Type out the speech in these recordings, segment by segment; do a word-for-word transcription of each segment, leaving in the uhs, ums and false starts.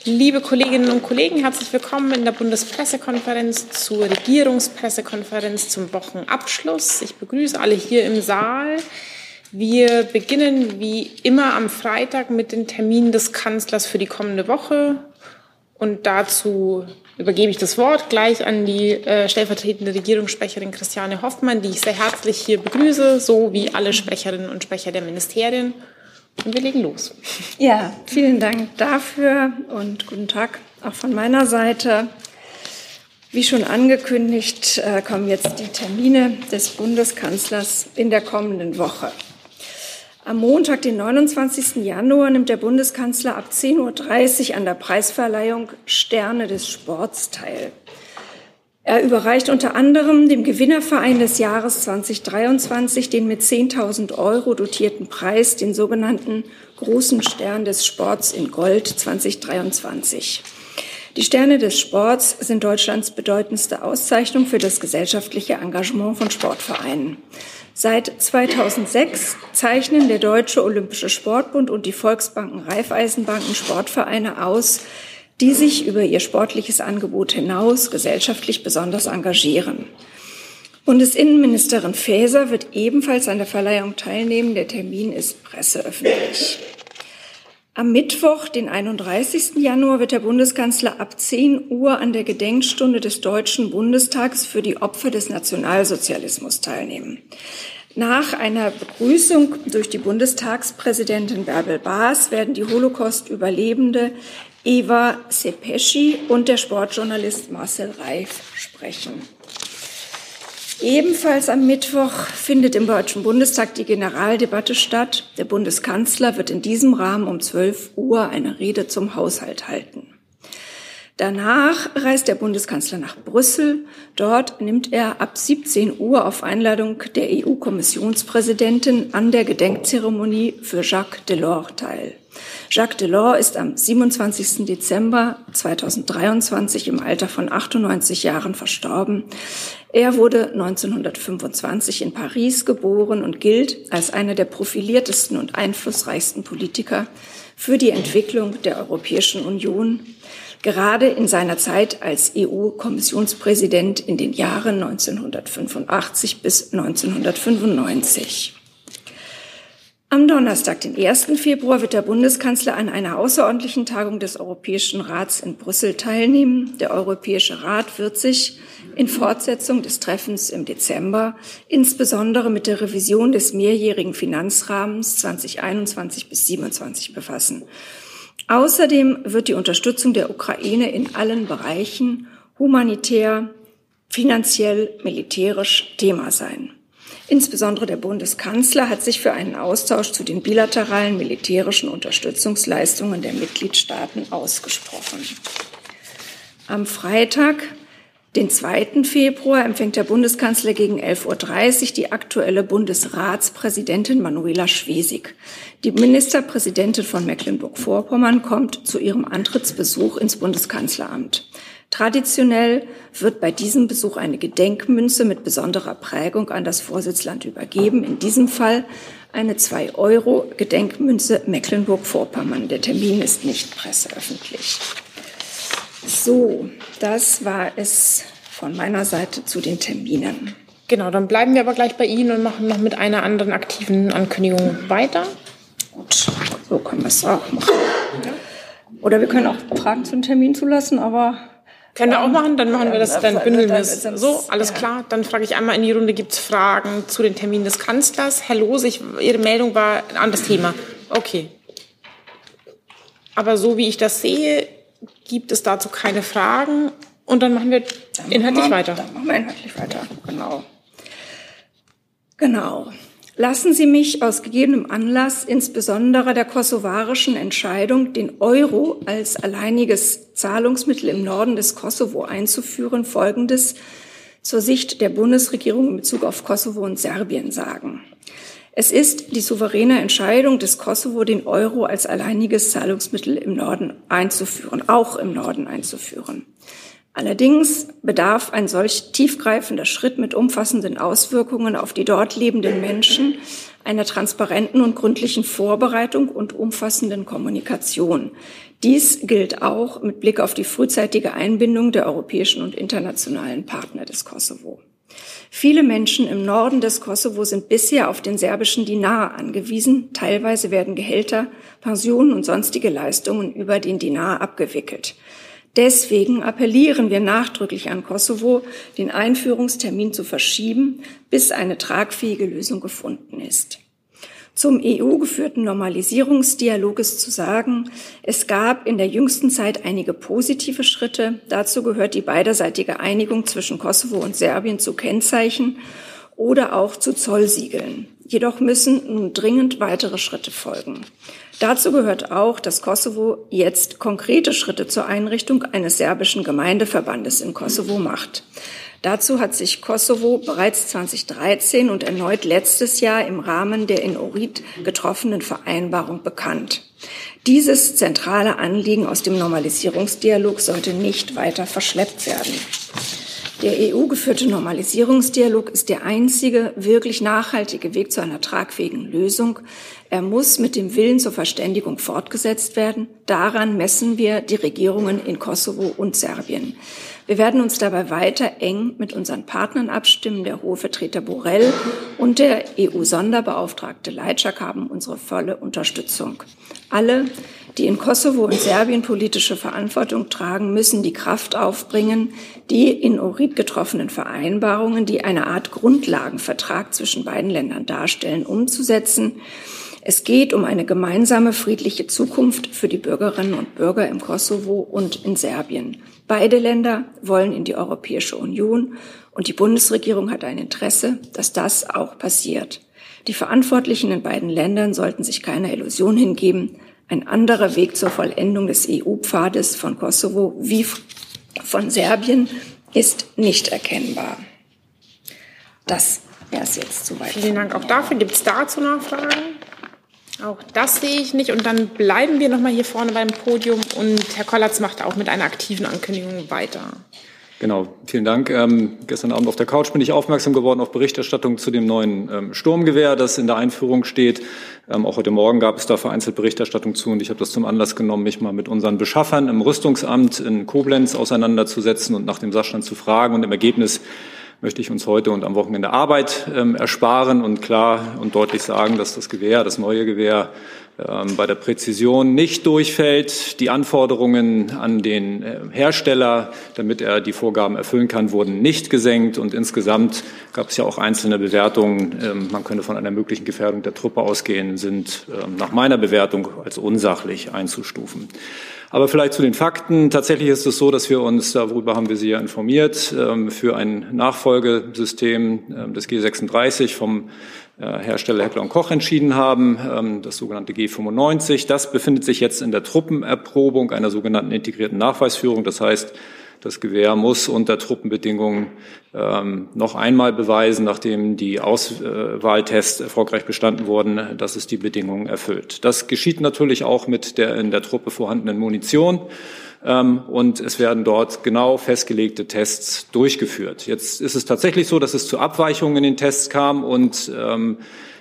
Liebe Kolleginnen und Kollegen, herzlich willkommen in der Bundespressekonferenz zur Regierungspressekonferenz zum Wochenabschluss. Ich begrüße alle hier im Saal. Wir beginnen wie immer am Freitag mit den Terminen des Kanzlers für die kommende Woche. Und dazu übergebe ich das Wort gleich an die äh, stellvertretende Regierungssprecherin Christiane Hoffmann, die ich sehr herzlich hier begrüße, so wie alle Sprecherinnen und Sprecher der Ministerien. Und wir legen los. Ja, vielen Dank dafür und guten Tag auch von meiner Seite. Wie schon angekündigt, äh, kommen jetzt die Termine des Bundeskanzlers in der kommenden Woche. Am Montag, den neunundzwanzigsten Januar, nimmt der Bundeskanzler ab zehn Uhr dreißig an der Preisverleihung Sterne des Sports teil. Er überreicht unter anderem dem Gewinnerverein des Jahres zweitausenddreiundzwanzig den mit zehntausend Euro dotierten Preis, den sogenannten Großen Stern des Sports in Gold zweitausenddreiundzwanzig. Die Sterne des Sports sind Deutschlands bedeutendste Auszeichnung für das gesellschaftliche Engagement von Sportvereinen. Seit zweitausendsechs zeichnen der Deutsche Olympische Sportbund und die Volksbanken Raiffeisenbanken Sportvereine aus, die sich über ihr sportliches Angebot hinaus gesellschaftlich besonders engagieren. Bundesinnenministerin Faeser wird ebenfalls an der Verleihung teilnehmen. Der Termin ist presseöffentlich. Am Mittwoch, den einunddreißigsten Januar, wird der Bundeskanzler ab zehn Uhr an der Gedenkstunde des Deutschen Bundestages für die Opfer des Nationalsozialismus teilnehmen. Nach einer Begrüßung durch die Bundestagspräsidentin Bärbel Baas werden die Holocaust-Überlebende Eva Sepeschi und der Sportjournalist Marcel Reif sprechen. Ebenfalls am Mittwoch findet im Deutschen Bundestag die Generaldebatte statt. Der Bundeskanzler wird in diesem Rahmen um zwölf Uhr eine Rede zum Haushalt halten. Danach reist der Bundeskanzler nach Brüssel. Dort nimmt er ab siebzehn Uhr auf Einladung der E U-Kommissionspräsidentin an der Gedenkzeremonie für Jacques Delors teil. Jacques Delors ist am siebenundzwanzigsten Dezember zweitausenddreiundzwanzig im Alter von achtundneunzig Jahren verstorben. Er wurde neunzehnhundertfünfundzwanzig in Paris geboren und gilt als einer der profiliertesten und einflussreichsten Politiker für die Entwicklung der Europäischen Union, gerade in seiner Zeit als E U-Kommissionspräsident in den Jahren neunzehnhundertfünfundachtzig bis neunzehnhundertfünfundneunzig. Am Donnerstag, den ersten Februar, wird der Bundeskanzler an einer außerordentlichen Tagung des Europäischen Rats in Brüssel teilnehmen. Der Europäische Rat wird sich in Fortsetzung des Treffens im Dezember insbesondere mit der Revision des mehrjährigen Finanzrahmens zweitausendeinundzwanzig bis zweitausendsiebenundzwanzig befassen. Außerdem wird die Unterstützung der Ukraine in allen Bereichen humanitär, finanziell, militärisch Thema sein. Insbesondere der Bundeskanzler hat sich für einen Austausch zu den bilateralen militärischen Unterstützungsleistungen der Mitgliedstaaten ausgesprochen. Am Freitag, den zweiten Februar, empfängt der Bundeskanzler gegen elf Uhr dreißig die aktuelle Bundesratspräsidentin Manuela Schwesig. Die Ministerpräsidentin von Mecklenburg-Vorpommern kommt zu ihrem Antrittsbesuch ins Bundeskanzleramt. Traditionell wird bei diesem Besuch eine Gedenkmünze mit besonderer Prägung an das Vorsitzland übergeben. In diesem Fall eine zwei Euro Gedenkmünze Mecklenburg-Vorpommern. Der Termin ist nicht presseöffentlich. So, das war es von meiner Seite zu den Terminen. Genau, dann bleiben wir aber gleich bei Ihnen und machen noch mit einer anderen aktiven Ankündigung weiter. Gut, so können wir es auch machen. Oder wir können auch Fragen zum Termin zulassen, aber... Können wir auch machen, dann machen wir das, dann bündeln wir es. So, alles klar. Dann frage ich einmal in die Runde, gibt es Fragen zu den Terminen des Kanzlers? Herr Lohse, ich, Ihre Meldung war ein anderes Thema. Okay. Aber so wie ich das sehe, gibt es dazu keine Fragen. Und dann machen wir dann inhaltlich machen wir, weiter. Dann machen wir inhaltlich weiter, genau. Genau. Lassen Sie mich aus gegebenem Anlass insbesondere der kosovarischen Entscheidung, den Euro als alleiniges Zahlungsmittel im Norden des Kosovo einzuführen, Folgendes zur Sicht der Bundesregierung in Bezug auf Kosovo und Serbien sagen. Es ist die souveräne Entscheidung des Kosovo, den Euro als alleiniges Zahlungsmittel im Norden einzuführen, auch im Norden einzuführen. Allerdings bedarf ein solch tiefgreifender Schritt mit umfassenden Auswirkungen auf die dort lebenden Menschen einer transparenten und gründlichen Vorbereitung und umfassenden Kommunikation. Dies gilt auch mit Blick auf die frühzeitige Einbindung der europäischen und internationalen Partner des Kosovo. Viele Menschen im Norden des Kosovo sind bisher auf den serbischen Dinar angewiesen. Teilweise werden Gehälter, Pensionen und sonstige Leistungen über den Dinar abgewickelt. Deswegen appellieren wir nachdrücklich an Kosovo, den Einführungstermin zu verschieben, bis eine tragfähige Lösung gefunden ist. Zum E U-geführten Normalisierungsdialog ist zu sagen, es gab in der jüngsten Zeit einige positive Schritte. Dazu gehört die beiderseitige Einigung zwischen Kosovo und Serbien zu Kennzeichen oder auch zu Zollsiegeln. Jedoch müssen nun dringend weitere Schritte folgen. Dazu gehört auch, dass Kosovo jetzt konkrete Schritte zur Einrichtung eines serbischen Gemeindeverbandes in Kosovo macht. Dazu hat sich Kosovo bereits zweitausenddreizehn und erneut letztes Jahr im Rahmen der in Ohrid getroffenen Vereinbarung bekannt. Dieses zentrale Anliegen aus dem Normalisierungsdialog sollte nicht weiter verschleppt werden. Der E U-geführte Normalisierungsdialog ist der einzige wirklich nachhaltige Weg zu einer tragfähigen Lösung. Er muss mit dem Willen zur Verständigung fortgesetzt werden. Daran messen wir die Regierungen in Kosovo und Serbien. Wir werden uns dabei weiter eng mit unseren Partnern abstimmen. Der Hohe Vertreter Borrell und der E U-Sonderbeauftragte Lajčák haben unsere volle Unterstützung. Alle, die in Kosovo und Serbien politische Verantwortung tragen, müssen die Kraft aufbringen, die in Ohrid getroffenen Vereinbarungen, die eine Art Grundlagenvertrag zwischen beiden Ländern darstellen, umzusetzen. Es geht um eine gemeinsame friedliche Zukunft für die Bürgerinnen und Bürger im Kosovo und in Serbien. Beide Länder wollen in die Europäische Union und die Bundesregierung hat ein Interesse, dass das auch passiert. Die Verantwortlichen in beiden Ländern sollten sich keiner Illusion hingeben. Ein anderer Weg zur Vollendung des E U-Pfades von Kosovo wie von Serbien ist nicht erkennbar. Das wäre es jetzt soweit. Vielen Dank auch dafür. Gibt es dazu Nachfragen? Auch das sehe ich nicht. Und dann bleiben wir noch mal hier vorne beim Podium. Und Herr Kollatz macht auch mit einer aktiven Ankündigung weiter. Genau, vielen Dank. Ähm, gestern Abend auf der Couch bin ich aufmerksam geworden auf Berichterstattung zu dem neuen ähm, Sturmgewehr, das in der Einführung steht. Ähm, auch heute Morgen gab es da vereinzelt Berichterstattung zu und ich habe das zum Anlass genommen, mich mal mit unseren Beschaffern im Rüstungsamt in Koblenz auseinanderzusetzen und nach dem Sachstand zu fragen. Und im Ergebnis möchte ich uns heute und am Wochenende Arbeit ähm, ersparen und klar und deutlich sagen, dass das Gewehr, das neue Gewehr, ähm, bei der Präzision nicht durchfällt. Die Anforderungen an den äh, Hersteller, damit er die Vorgaben erfüllen kann, wurden nicht gesenkt. Und insgesamt gab es ja auch einzelne Bewertungen. Ähm, man könnte von einer möglichen Gefährdung der Truppe ausgehen, sind ähm, nach meiner Bewertung als unsachlich einzustufen. Aber vielleicht zu den Fakten. Tatsächlich ist es so, dass wir uns, darüber haben wir Sie ja informiert, für ein Nachfolgesystem des G sechsunddreißig vom Hersteller Heckler und Koch entschieden haben, das sogenannte G fünfundneunzig. Das befindet sich jetzt in der Truppenerprobung einer sogenannten integrierten Nachweisführung. Das heißt, das Gewehr muss unter Truppenbedingungen ähm, noch einmal beweisen, nachdem die Auswahltests erfolgreich bestanden wurden, dass es die Bedingungen erfüllt. Das geschieht natürlich auch mit der in der Truppe vorhandenen Munition. Ähm, und es werden dort genau festgelegte Tests durchgeführt. Jetzt ist es tatsächlich so, dass es zu Abweichungen in den Tests kam und ähm,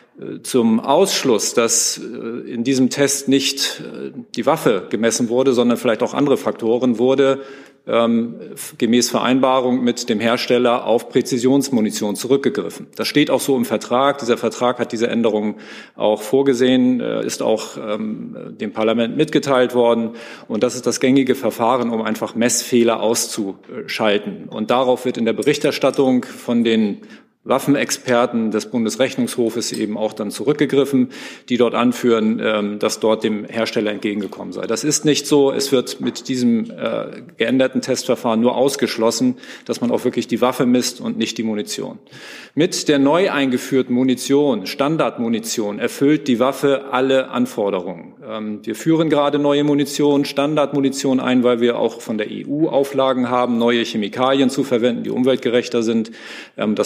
zum Ausschluss, dass in diesem Test nicht die Waffe gemessen wurde, sondern vielleicht auch andere Faktoren, wurde ähm, gemäß Vereinbarung mit dem Hersteller auf Präzisionsmunition zurückgegriffen. Das steht auch so im Vertrag. Dieser Vertrag hat diese Änderungen auch vorgesehen, äh, ist auch ähm, dem Parlament mitgeteilt worden. Und das ist das gängige Verfahren, um einfach Messfehler auszuschalten. Und darauf wird in der Berichterstattung von den Waffenexperten des Bundesrechnungshofes eben auch dann zurückgegriffen, die dort anführen, dass dort dem Hersteller entgegengekommen sei. Das ist nicht so. Es wird mit diesem äh, geänderten Testverfahren nur ausgeschlossen, dass man auch wirklich die Waffe misst und nicht die Munition. Mit der neu eingeführten Munition, Standardmunition, erfüllt die Waffe alle Anforderungen. Ähm, wir führen gerade neue Munition, Standardmunition ein, weil wir auch von der E U Auflagen haben, neue Chemikalien zu verwenden, die umweltgerechter sind. Ähm, das haben wir getan.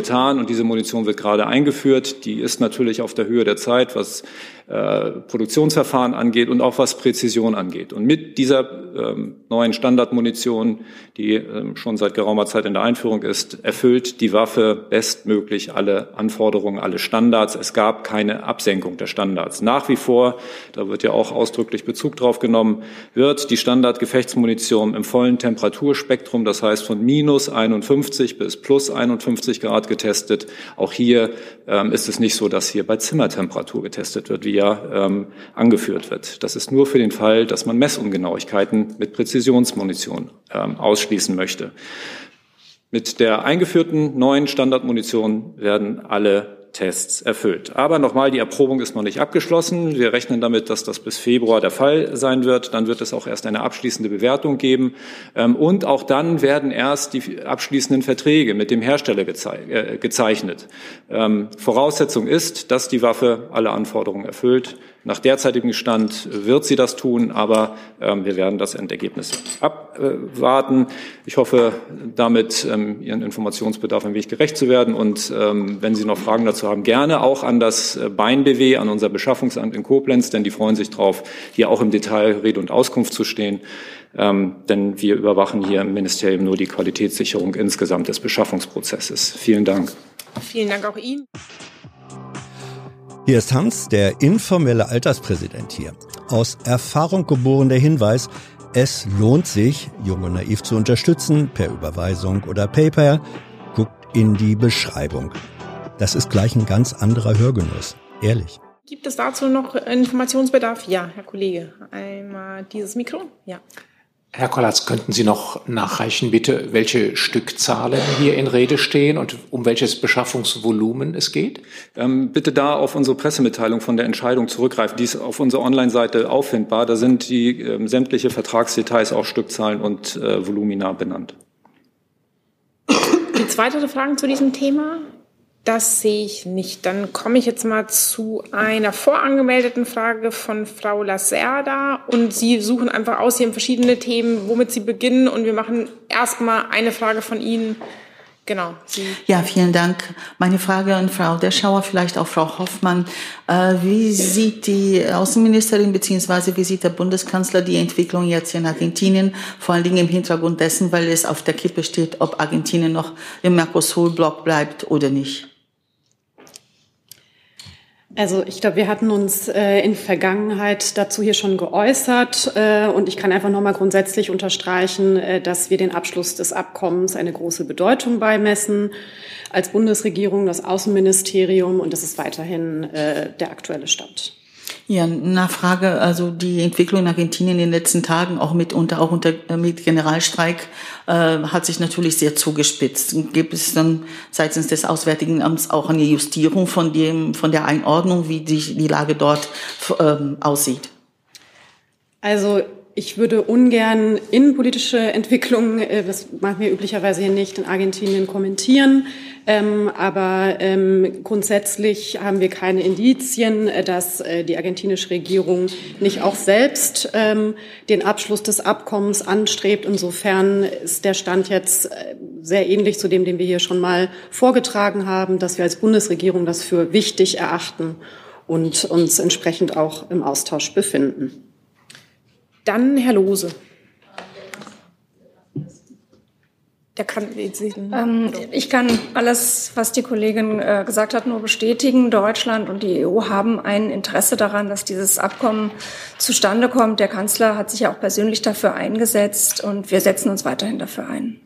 getan und diese Munition wird gerade eingeführt. Die ist natürlich auf der Höhe der Zeit, was äh, Produktionsverfahren angeht und auch was Präzision angeht. Und mit dieser ähm, neuen Standardmunition, die ähm, schon seit geraumer Zeit in der Einführung ist, erfüllt die Waffe bestmöglich alle Anforderungen, alle Standards. Es gab keine Absenkung der Standards. Nach wie vor, da wird ja auch ausdrücklich Bezug drauf genommen, wird die Standard-Gefechtsmunition im vollen Temperaturspektrum, das heißt von minus einundfünfzig bis plus einundfünfzig Grad getestet. Auch hier ähm, ist es nicht so, dass hier bei Zimmertemperatur getestet wird, wie ja ähm, angeführt wird. Das ist nur für den Fall, dass man Messungenauigkeiten mit Präzisionsmunition ähm, ausschließen möchte. Mit der eingeführten neuen Standardmunition werden alle Tests erfüllt. Aber nochmal, die Erprobung ist noch nicht abgeschlossen. Wir rechnen damit, dass das bis Februar der Fall sein wird. Dann wird es auch erst eine abschließende Bewertung geben. Und auch dann werden erst die abschließenden Verträge mit dem Hersteller gezeichnet. Voraussetzung ist, dass die Waffe alle Anforderungen erfüllt. Nach derzeitigem Stand wird sie das tun, aber ähm, wir werden das Endergebnis abwarten. Ich hoffe, damit ähm, Ihren Informationsbedarf ein wenig gerecht zu werden. Und ähm, wenn Sie noch Fragen dazu haben, gerne auch an das BainBw, an unser Beschaffungsamt in Koblenz, denn die freuen sich drauf, hier auch im Detail Rede und Auskunft zu stehen. Ähm, denn wir überwachen hier im Ministerium nur die Qualitätssicherung insgesamt des Beschaffungsprozesses. Vielen Dank. Vielen Dank auch Ihnen. Hier ist Hans, der informelle Alterspräsident hier. Aus Erfahrung geboren der Hinweis, es lohnt sich, Jung und Naiv zu unterstützen, per Überweisung oder PayPal. Guckt in die Beschreibung. Das ist gleich ein ganz anderer Hörgenuss. Ehrlich. Gibt es dazu noch Informationsbedarf? Ja, Herr Kollege. Einmal dieses Mikro. Ja. Herr Kollatz, könnten Sie noch nachreichen, bitte, welche Stückzahlen hier in Rede stehen und um welches Beschaffungsvolumen es geht? Ähm, bitte da auf unsere Pressemitteilung von der Entscheidung zurückgreifen. Die ist auf unserer Online-Seite auffindbar. Da sind die ähm, sämtliche Vertragsdetails, auch Stückzahlen und äh, Volumina benannt. Gibt es weitere Fragen zu diesem Thema? Das sehe ich nicht. Dann komme ich jetzt mal zu einer vorangemeldeten Frage von Frau Lacerda. Und Sie suchen einfach aus, Sie haben verschiedene Themen, womit Sie beginnen. Und wir machen erstmal eine Frage von Ihnen. Genau. Sie. Ja, vielen Dank. Meine Frage an Frau Deschauer, vielleicht auch Frau Hoffmann. Äh, wie sieht die Außenministerin bzw. wie sieht der Bundeskanzler die Entwicklung jetzt in Argentinien? Vor allen Dingen im Hintergrund dessen, weil es auf der Kippe steht, ob Argentinien noch im Mercosur-Block bleibt oder nicht. Also ich glaube, wir hatten uns äh, in Vergangenheit dazu hier schon geäußert äh, und ich kann einfach nochmal grundsätzlich unterstreichen, äh, dass wir den Abschluss des Abkommens eine große Bedeutung beimessen als Bundesregierung, das Außenministerium, und das ist weiterhin äh, der aktuelle Stand. Ja, Nachfrage, also die Entwicklung in Argentinien in den letzten Tagen, auch mitunter, auch unter, mit Generalstreik, äh, hat sich natürlich sehr zugespitzt. Gibt es dann seitens des Auswärtigen Amts auch eine Justierung von dem, von der Einordnung, wie die, die Lage dort ähm, aussieht? Also, ich würde ungern innenpolitische Entwicklungen, äh, das machen wir üblicherweise hier nicht, in Argentinien kommentieren. Ähm, aber ähm, grundsätzlich haben wir keine Indizien, äh, dass äh, die argentinische Regierung nicht auch selbst ähm, den Abschluss des Abkommens anstrebt. Insofern ist der Stand jetzt äh, sehr ähnlich zu dem, den wir hier schon mal vorgetragen haben, dass wir als Bundesregierung das für wichtig erachten und uns entsprechend auch im Austausch befinden. Dann Herr Lohse. Der kann, ähm, ich kann alles, was die Kollegin äh, gesagt hat, nur bestätigen. Deutschland und die E U haben ein Interesse daran, dass dieses Abkommen zustande kommt. Der Kanzler hat sich ja auch persönlich dafür eingesetzt und wir setzen uns weiterhin dafür ein.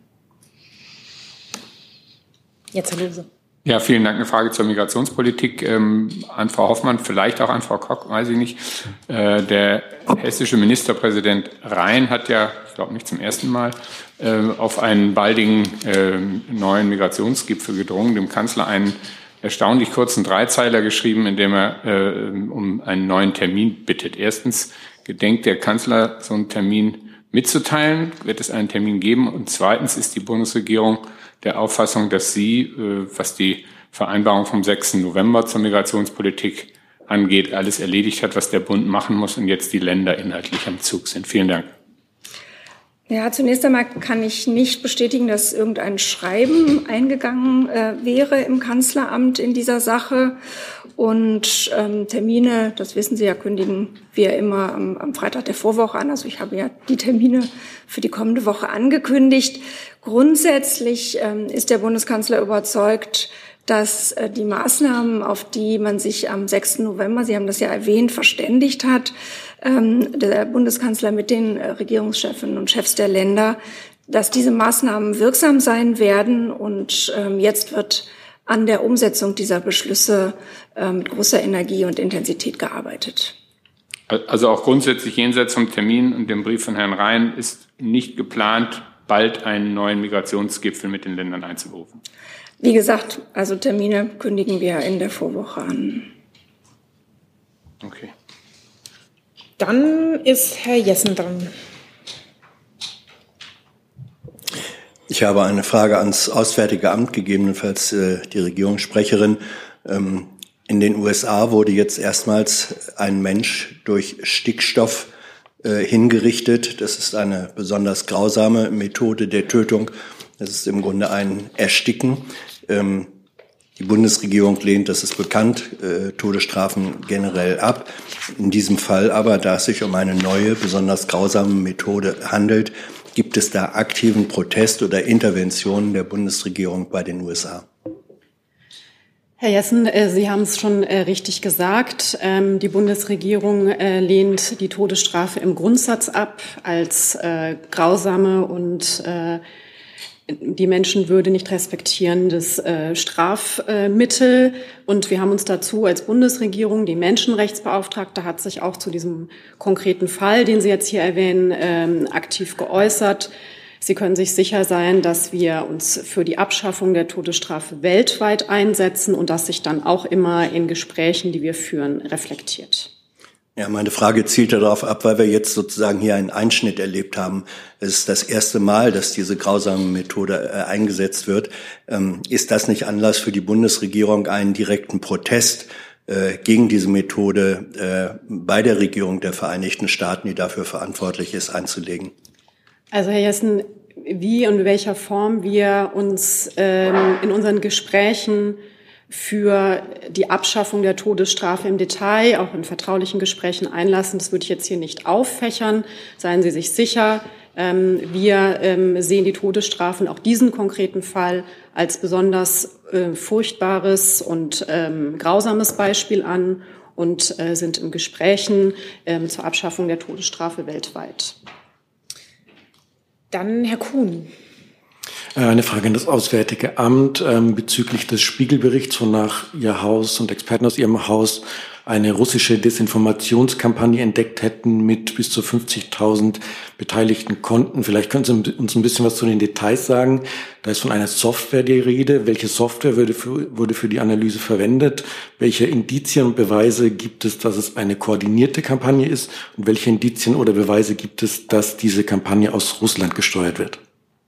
Jetzt Herr Lohse. Ja, vielen Dank. Eine Frage zur Migrationspolitik ähm, an Frau Hoffmann, vielleicht auch an Frau Koch, weiß ich nicht. Äh, der hessische Ministerpräsident Rhein hat ja, ich glaube nicht zum ersten Mal, äh, auf einen baldigen äh, neuen Migrationsgipfel gedrungen, dem Kanzler einen erstaunlich kurzen Dreizeiler geschrieben, in dem er äh, um einen neuen Termin bittet. Erstens, gedenkt der Kanzler, so einen Termin mitzuteilen? Wird es einen Termin geben? Und zweitens ist die Bundesregierung der Auffassung, dass sie, was die Vereinbarung vom sechsten November zur Migrationspolitik angeht, alles erledigt hat, was der Bund machen muss und jetzt die Länder inhaltlich am Zug sind. Vielen Dank. Ja, zunächst einmal kann ich nicht bestätigen, dass irgendein Schreiben eingegangen äh, wäre im Kanzleramt in dieser Sache. Und ähm, Termine, das wissen Sie ja, kündigen wir immer am, am Freitag der Vorwoche an. Also ich habe ja die Termine für die kommende Woche angekündigt. Grundsätzlich ähm, ist der Bundeskanzler überzeugt, dass äh, die Maßnahmen, auf die man sich am sechsten November, Sie haben das ja erwähnt, verständigt hat, ähm, der Bundeskanzler mit den äh, Regierungschefinnen und Chefs der Länder, dass diese Maßnahmen wirksam sein werden. Und ähm, jetzt wird an der Umsetzung dieser Beschlüsse äh, mit großer Energie und Intensität gearbeitet. Also auch grundsätzlich jenseits vom Termin und dem Brief von Herrn Rhein ist nicht geplant, bald einen neuen Migrationsgipfel mit den Ländern einzuberufen. Wie gesagt, also Termine kündigen wir in der Vorwoche an. Okay. Dann ist Herr Jessen dran. Ich habe eine Frage ans Auswärtige Amt, gegebenenfalls äh, die Regierungssprecherin. Ähm, in den U S A wurde jetzt erstmals ein Mensch durch Stickstoff äh, hingerichtet. Das ist eine besonders grausame Methode der Tötung. Das ist im Grunde ein Ersticken. Ähm, die Bundesregierung lehnt, das ist bekannt, äh, Todesstrafen generell ab. In diesem Fall aber, da es sich um eine neue, besonders grausame Methode handelt, gibt es da aktiven Protest oder Interventionen der Bundesregierung bei den U S A? Herr Jessen, äh, Sie haben es schon äh, richtig gesagt. Ähm, die Bundesregierung äh, lehnt die Todesstrafe im Grundsatz ab als äh, grausame und äh, die Menschenwürde nicht respektierendes äh, Strafmittel. Und wir haben uns dazu als Bundesregierung, die Menschenrechtsbeauftragte hat sich auch zu diesem konkreten Fall, den Sie jetzt hier erwähnen, ähm, aktiv geäußert. Sie können sich sicher sein, dass wir uns für die Abschaffung der Todesstrafe weltweit einsetzen und das sich dann auch immer in Gesprächen, die wir führen, reflektiert. Ja, meine Frage zielt darauf ab, weil wir jetzt sozusagen hier einen Einschnitt erlebt haben. Es ist das erste Mal, dass diese grausame Methode äh, eingesetzt wird. Ähm, ist das nicht Anlass für die Bundesregierung, einen direkten Protest äh, gegen diese Methode äh, bei der Regierung der Vereinigten Staaten, die dafür verantwortlich ist, einzulegen? Also Herr Jessen, wie und in welcher Form wir uns ähm, in unseren Gesprächen für die Abschaffung der Todesstrafe im Detail, auch in vertraulichen Gesprächen einlassen, das würde ich jetzt hier nicht auffächern. Seien Sie sich sicher, ähm, wir ähm, sehen die Todesstrafen, auch diesen konkreten Fall, als besonders äh, furchtbares und ähm, grausames Beispiel an und äh, sind in Gesprächen ähm, zur Abschaffung der Todesstrafe weltweit. Dann Herr Kuhn. Eine Frage an das Auswärtige Amt ähm, bezüglich des Spiegelberichts, wonach Ihr Haus und Experten aus Ihrem Haus eine russische Desinformationskampagne entdeckt hätten mit bis zu fünfzigtausend beteiligten Konten. Vielleicht können Sie uns ein bisschen was zu den Details sagen. Da ist von einer Software die Rede. Welche Software wurde für, wurde für die Analyse verwendet? Welche Indizien und Beweise gibt es, dass es eine koordinierte Kampagne ist? Und welche Indizien oder Beweise gibt es, dass diese Kampagne aus Russland gesteuert wird?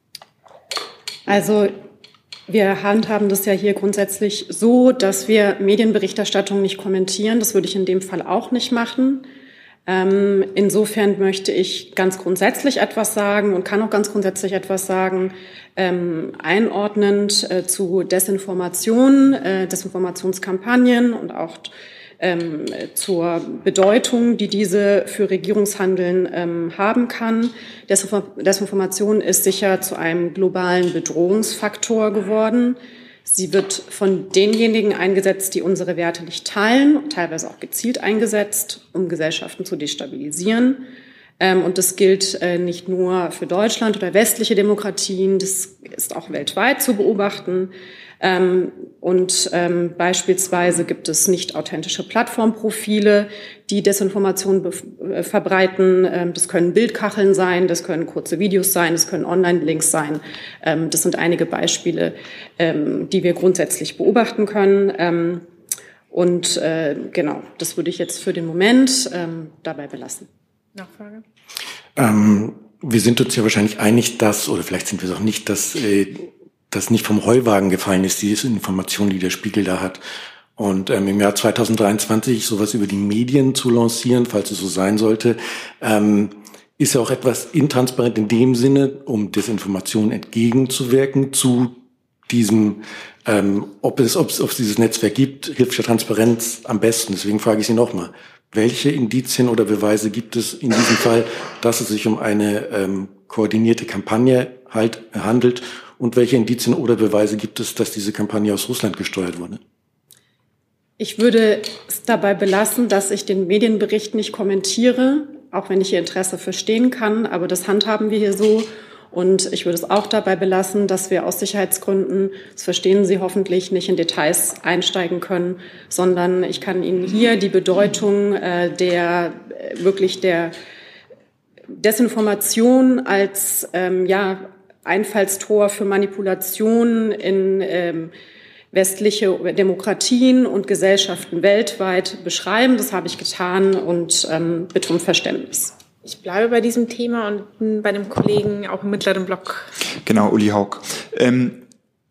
Also wir handhaben das ja hier grundsätzlich so, dass wir Medienberichterstattung nicht kommentieren. Das würde ich in dem Fall auch nicht machen. Ähm, insofern möchte ich ganz grundsätzlich etwas sagen und kann auch ganz grundsätzlich etwas sagen, ähm, einordnend äh, zu Desinformation, äh, Desinformationskampagnen und auch ähm, zur Bedeutung, die diese für Regierungshandeln ähm, haben kann. Desinformation ist sicher zu einem globalen Bedrohungsfaktor geworden. Sie wird von denjenigen eingesetzt, die unsere Werte nicht teilen, teilweise auch gezielt eingesetzt, um Gesellschaften zu destabilisieren. Ähm, und das gilt äh, nicht nur für Deutschland oder westliche Demokratien, das ist auch weltweit zu beobachten. Ähm, und ähm, beispielsweise gibt es nicht authentische Plattformprofile, die Desinformation äh, verbreiten. Ähm, das können Bildkacheln sein, das können kurze Videos sein, das können Online-Links sein. Ähm, das sind einige Beispiele, ähm, die wir grundsätzlich beobachten können. Ähm, und äh, genau, das würde ich jetzt für den Moment ähm, dabei belassen. Nachfrage? Ähm, wir sind uns ja wahrscheinlich einig, dass, oder vielleicht sind wir es auch nicht, dass äh, das nicht vom Heuwagen gefallen ist, diese Information, die der Spiegel da hat. Und ähm, im Jahr zweitausenddreiundzwanzig sowas über die Medien zu lancieren, falls es so sein sollte, ähm, ist ja auch etwas intransparent in dem Sinne, um Desinformation entgegenzuwirken zu diesem, ähm, ob es, ob es, ob es dieses Netzwerk gibt, hilft ja Transparenz am besten. Deswegen frage ich Sie nochmal, welche Indizien oder Beweise gibt es in diesem Fall, dass es sich um eine ähm, koordinierte Kampagne halt handelt, und welche Indizien oder Beweise gibt es, dass diese Kampagne aus Russland gesteuert wurde? Ich würde es dabei belassen, dass ich den Medienbericht nicht kommentiere, auch wenn ich Ihr Interesse verstehen kann, aber das handhaben wir hier so. Und ich würde es auch dabei belassen, dass wir aus Sicherheitsgründen, das verstehen Sie hoffentlich, nicht in Details einsteigen können, sondern ich kann Ihnen hier die Bedeutung äh, der äh, wirklich der Desinformation als ähm, ja, Einfallstor für Manipulation in ähm, westliche Demokratien und Gesellschaften weltweit beschreiben. Das habe ich getan und ähm, bitte um Verständnis. Ich bleibe bei diesem Thema und bin bei dem Kollegen auch im mittleren Block. Genau, Uli Haug. Ähm,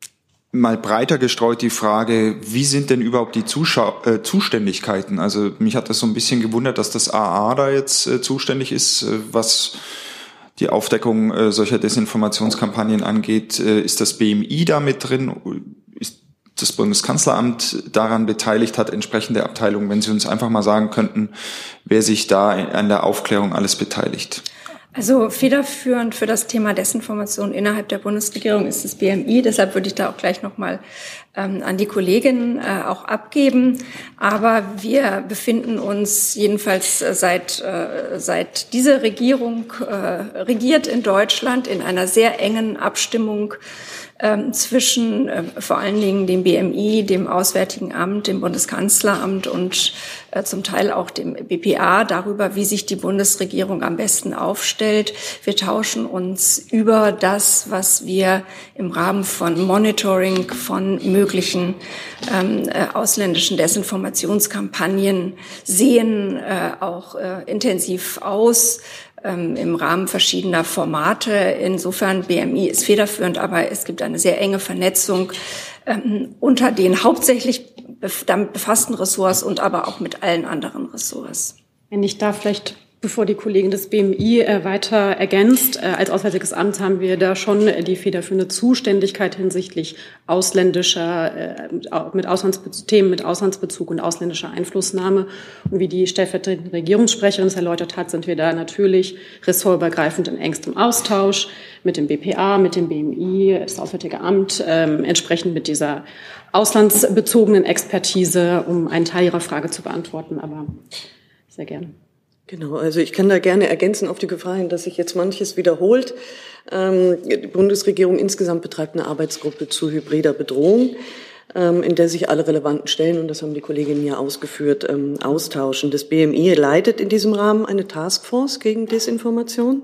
mal breiter gestreut die Frage, wie sind denn überhaupt die Zuschau- äh, Zuständigkeiten? Also mich hat das so ein bisschen gewundert, dass das A A da jetzt äh, zuständig ist, äh, was die Aufdeckung äh, solcher Desinformationskampagnen angeht. Äh, ist das B M I da mit drin? Ist das Bundeskanzleramt daran beteiligt, hat entsprechende Abteilungen? Wenn Sie uns einfach mal sagen könnten, wer sich da an der Aufklärung alles beteiligt. Also federführend für das Thema Desinformation innerhalb der Bundesregierung ist das B M I. Deshalb würde ich da auch gleich nochmal ähm, an die Kollegin äh, auch abgeben. Aber wir befinden uns jedenfalls äh, seit äh, seit diese Regierung äh, regiert in Deutschland in einer sehr engen Abstimmung ähm, zwischen äh, vor allen Dingen dem B M I, dem Auswärtigen Amt, dem Bundeskanzleramt und äh, zum Teil auch dem B P A darüber, wie sich die Bundesregierung am besten aufstellt. Wir tauschen uns über das, was wir im Rahmen von Monitoring von möglichen ähm, äh, ausländischen Desinformationskampagnen sehen, äh, auch äh, intensiv aus. Im Rahmen verschiedener Formate. Insofern B M I ist federführend, aber es gibt eine sehr enge Vernetzung ähm, unter den hauptsächlich bef- damit befassten Ressorts und aber auch mit allen anderen Ressorts. Wenn ich da vielleicht, bevor die Kollegin des B M I äh, weiter ergänzt, äh, als Auswärtiges Amt haben wir da schon äh, die federführende Zuständigkeit hinsichtlich ausländischer, äh, mit Auslandsbe- Themen mit Auslandsbezug und ausländischer Einflussnahme. Und wie die stellvertretende Regierungssprecherin es erläutert hat, sind wir da natürlich ressortübergreifend in engstem Austausch mit dem B P A, mit dem B M I, das Auswärtige Amt, äh, entsprechend mit dieser auslandsbezogenen Expertise, um einen Teil Ihrer Frage zu beantworten. Aber sehr gerne. Genau, also ich kann da gerne ergänzen auf die Gefahr hin, dass sich jetzt manches wiederholt. Ähm, die Bundesregierung insgesamt betreibt eine Arbeitsgruppe zu hybrider Bedrohung, ähm, in der sich alle relevanten Stellen, und das haben die Kolleginnen ja ausgeführt, ähm, austauschen. Das B M I leitet in diesem Rahmen eine Taskforce gegen Desinformation.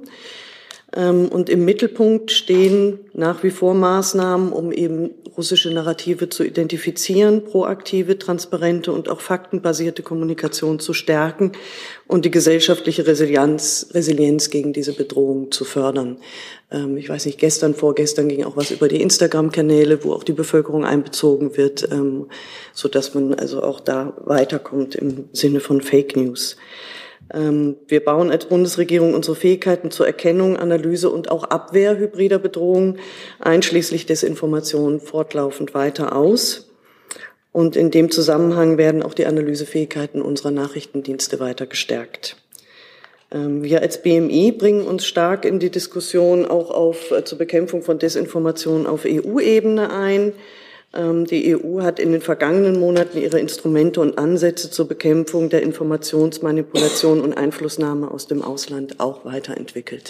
Ähm, und im Mittelpunkt stehen nach wie vor Maßnahmen, um eben russische Narrative zu identifizieren, proaktive, transparente und auch faktenbasierte Kommunikation zu stärken und die gesellschaftliche Resilienz, Resilienz gegen diese Bedrohung zu fördern. Ähm, ich weiß nicht, gestern, vorgestern ging auch was über die Instagram-Kanäle, wo auch die Bevölkerung einbezogen wird, ähm, so dass man also auch da weiterkommt im Sinne von Fake News. Wir bauen als Bundesregierung unsere Fähigkeiten zur Erkennung, Analyse und auch Abwehr hybrider Bedrohungen, einschließlich Desinformation, fortlaufend weiter aus. Und in dem Zusammenhang werden auch die Analysefähigkeiten unserer Nachrichtendienste weiter gestärkt. Wir als B M I bringen uns stark in die Diskussion auch auf, zur Bekämpfung von Desinformation auf E U-Ebene ein. Die E U hat in den vergangenen Monaten ihre Instrumente und Ansätze zur Bekämpfung der Informationsmanipulation und Einflussnahme aus dem Ausland auch weiterentwickelt.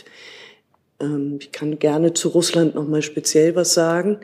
Ich kann gerne zu Russland noch mal speziell was sagen.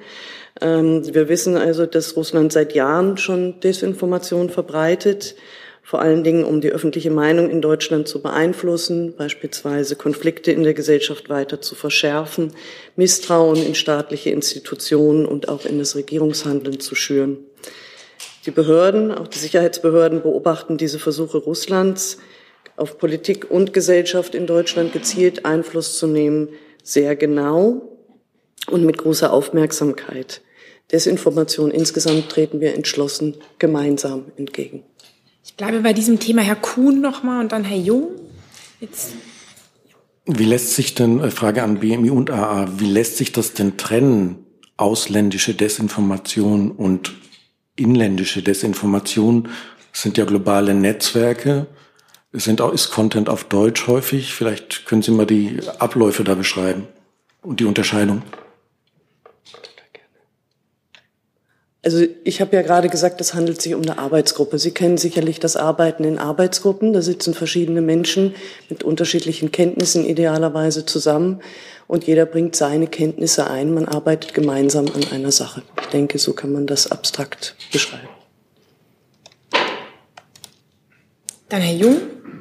Wir wissen also, dass Russland seit Jahren schon Desinformation verbreitet, vor allen Dingen um die öffentliche Meinung in Deutschland zu beeinflussen, beispielsweise Konflikte in der Gesellschaft weiter zu verschärfen, Misstrauen in staatliche Institutionen und auch in das Regierungshandeln zu schüren. Die Behörden, auch die Sicherheitsbehörden, beobachten diese Versuche Russlands, auf Politik und Gesellschaft in Deutschland gezielt Einfluss zu nehmen, sehr genau und mit großer Aufmerksamkeit. Desinformation insgesamt treten wir entschlossen gemeinsam entgegen. Ich bleibe bei diesem Thema Herr Kuhn nochmal und dann Herr Jung. Jetzt. Wie lässt sich denn, Frage an B M I und A A, wie lässt sich das denn trennen, ausländische Desinformation und inländische Desinformation? Es sind ja globale Netzwerke. Es sind auch, ist Content auf Deutsch häufig. Vielleicht können Sie mal die Abläufe da beschreiben und die Unterscheidung. Also ich habe ja gerade gesagt, es handelt sich um eine Arbeitsgruppe. Sie kennen sicherlich das Arbeiten in Arbeitsgruppen. Da sitzen verschiedene Menschen mit unterschiedlichen Kenntnissen idealerweise zusammen und jeder bringt seine Kenntnisse ein. Man arbeitet gemeinsam an einer Sache. Ich denke, so kann man das abstrakt beschreiben. Dann Herr Jung.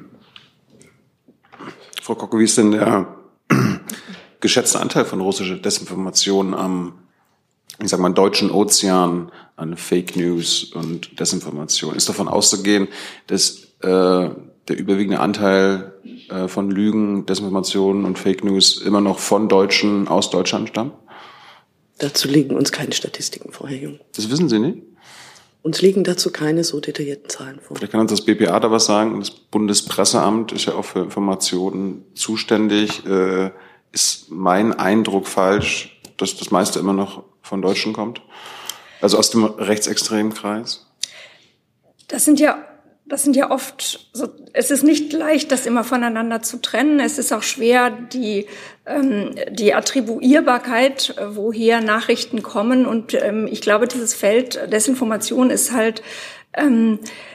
Frau Kocke, wie ist denn der geschätzte Anteil von russischer Desinformation am, ich sag mal, deutschen Ozean an Fake News und Desinformation? Ist davon auszugehen, dass äh, der überwiegende Anteil äh, von Lügen, Desinformationen und Fake News immer noch von Deutschen aus Deutschland stammt? Dazu liegen uns keine Statistiken vor, Herr Jung. Das wissen Sie nicht? Uns liegen dazu keine so detaillierten Zahlen vor. Vielleicht kann uns das B P A da was sagen. Das Bundespresseamt ist ja auch für Informationen zuständig. Äh, ist mein Eindruck falsch, dass das meiste immer noch von Deutschen kommt? Also aus dem rechtsextremen Kreis? Das sind ja, das sind ja oft so, es ist nicht leicht, das immer voneinander zu trennen. Es ist auch schwer, die, ähm, die Attribuierbarkeit, woher Nachrichten kommen. Und ähm, ich glaube, dieses Feld Desinformation ist halt, ähm,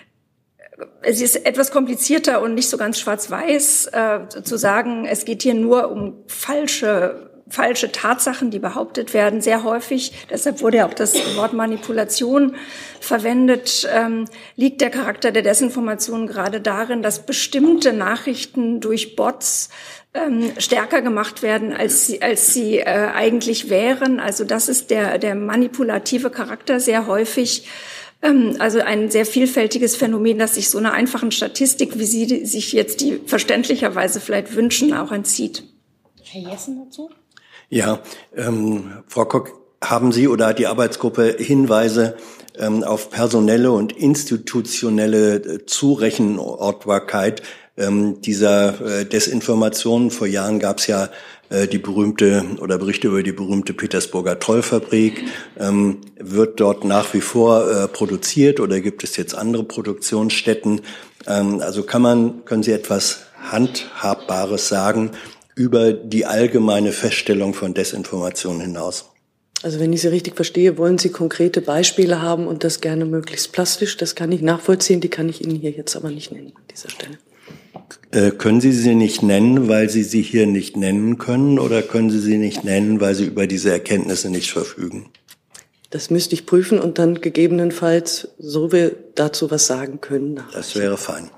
es ist etwas komplizierter und nicht so ganz schwarz-weiß, äh, zu sagen, es geht hier nur um falsche falsche Tatsachen, die behauptet werden, sehr häufig, deshalb wurde ja auch das Wort Manipulation verwendet, ähm, liegt der Charakter der Desinformation gerade darin, dass bestimmte Nachrichten durch Bots ähm, stärker gemacht werden, als sie, als sie äh, eigentlich wären. Also das ist der, der manipulative Charakter sehr häufig. Ähm, also ein sehr vielfältiges Phänomen, das sich so einer einfachen Statistik, wie Sie sich jetzt die verständlicherweise vielleicht wünschen, auch entzieht. Herr Jessen dazu? Ja, ähm, Frau Kock, haben Sie oder hat die Arbeitsgruppe Hinweise ähm, auf personelle und institutionelle äh, Zurechenordbarkeit ähm, dieser äh, Desinformationen? Vor Jahren gab es ja äh, die berühmte oder Berichte über die berühmte Petersburger Trollfabrik. Ähm, wird dort nach wie vor äh, produziert oder gibt es jetzt andere Produktionsstätten? Ähm, also kann man, können Sie etwas Handhabbares sagen über die allgemeine Feststellung von Desinformation hinaus? Also wenn ich Sie richtig verstehe, wollen Sie konkrete Beispiele haben und das gerne möglichst plastisch. Das kann ich nachvollziehen, die kann ich Ihnen hier jetzt aber nicht nennen an dieser Stelle. Äh, können Sie sie nicht nennen, weil Sie sie hier nicht nennen können, oder können Sie sie nicht nennen, weil Sie über diese Erkenntnisse nicht verfügen? Das müsste ich prüfen und dann gegebenenfalls, so wir dazu was sagen können. Das wäre fein.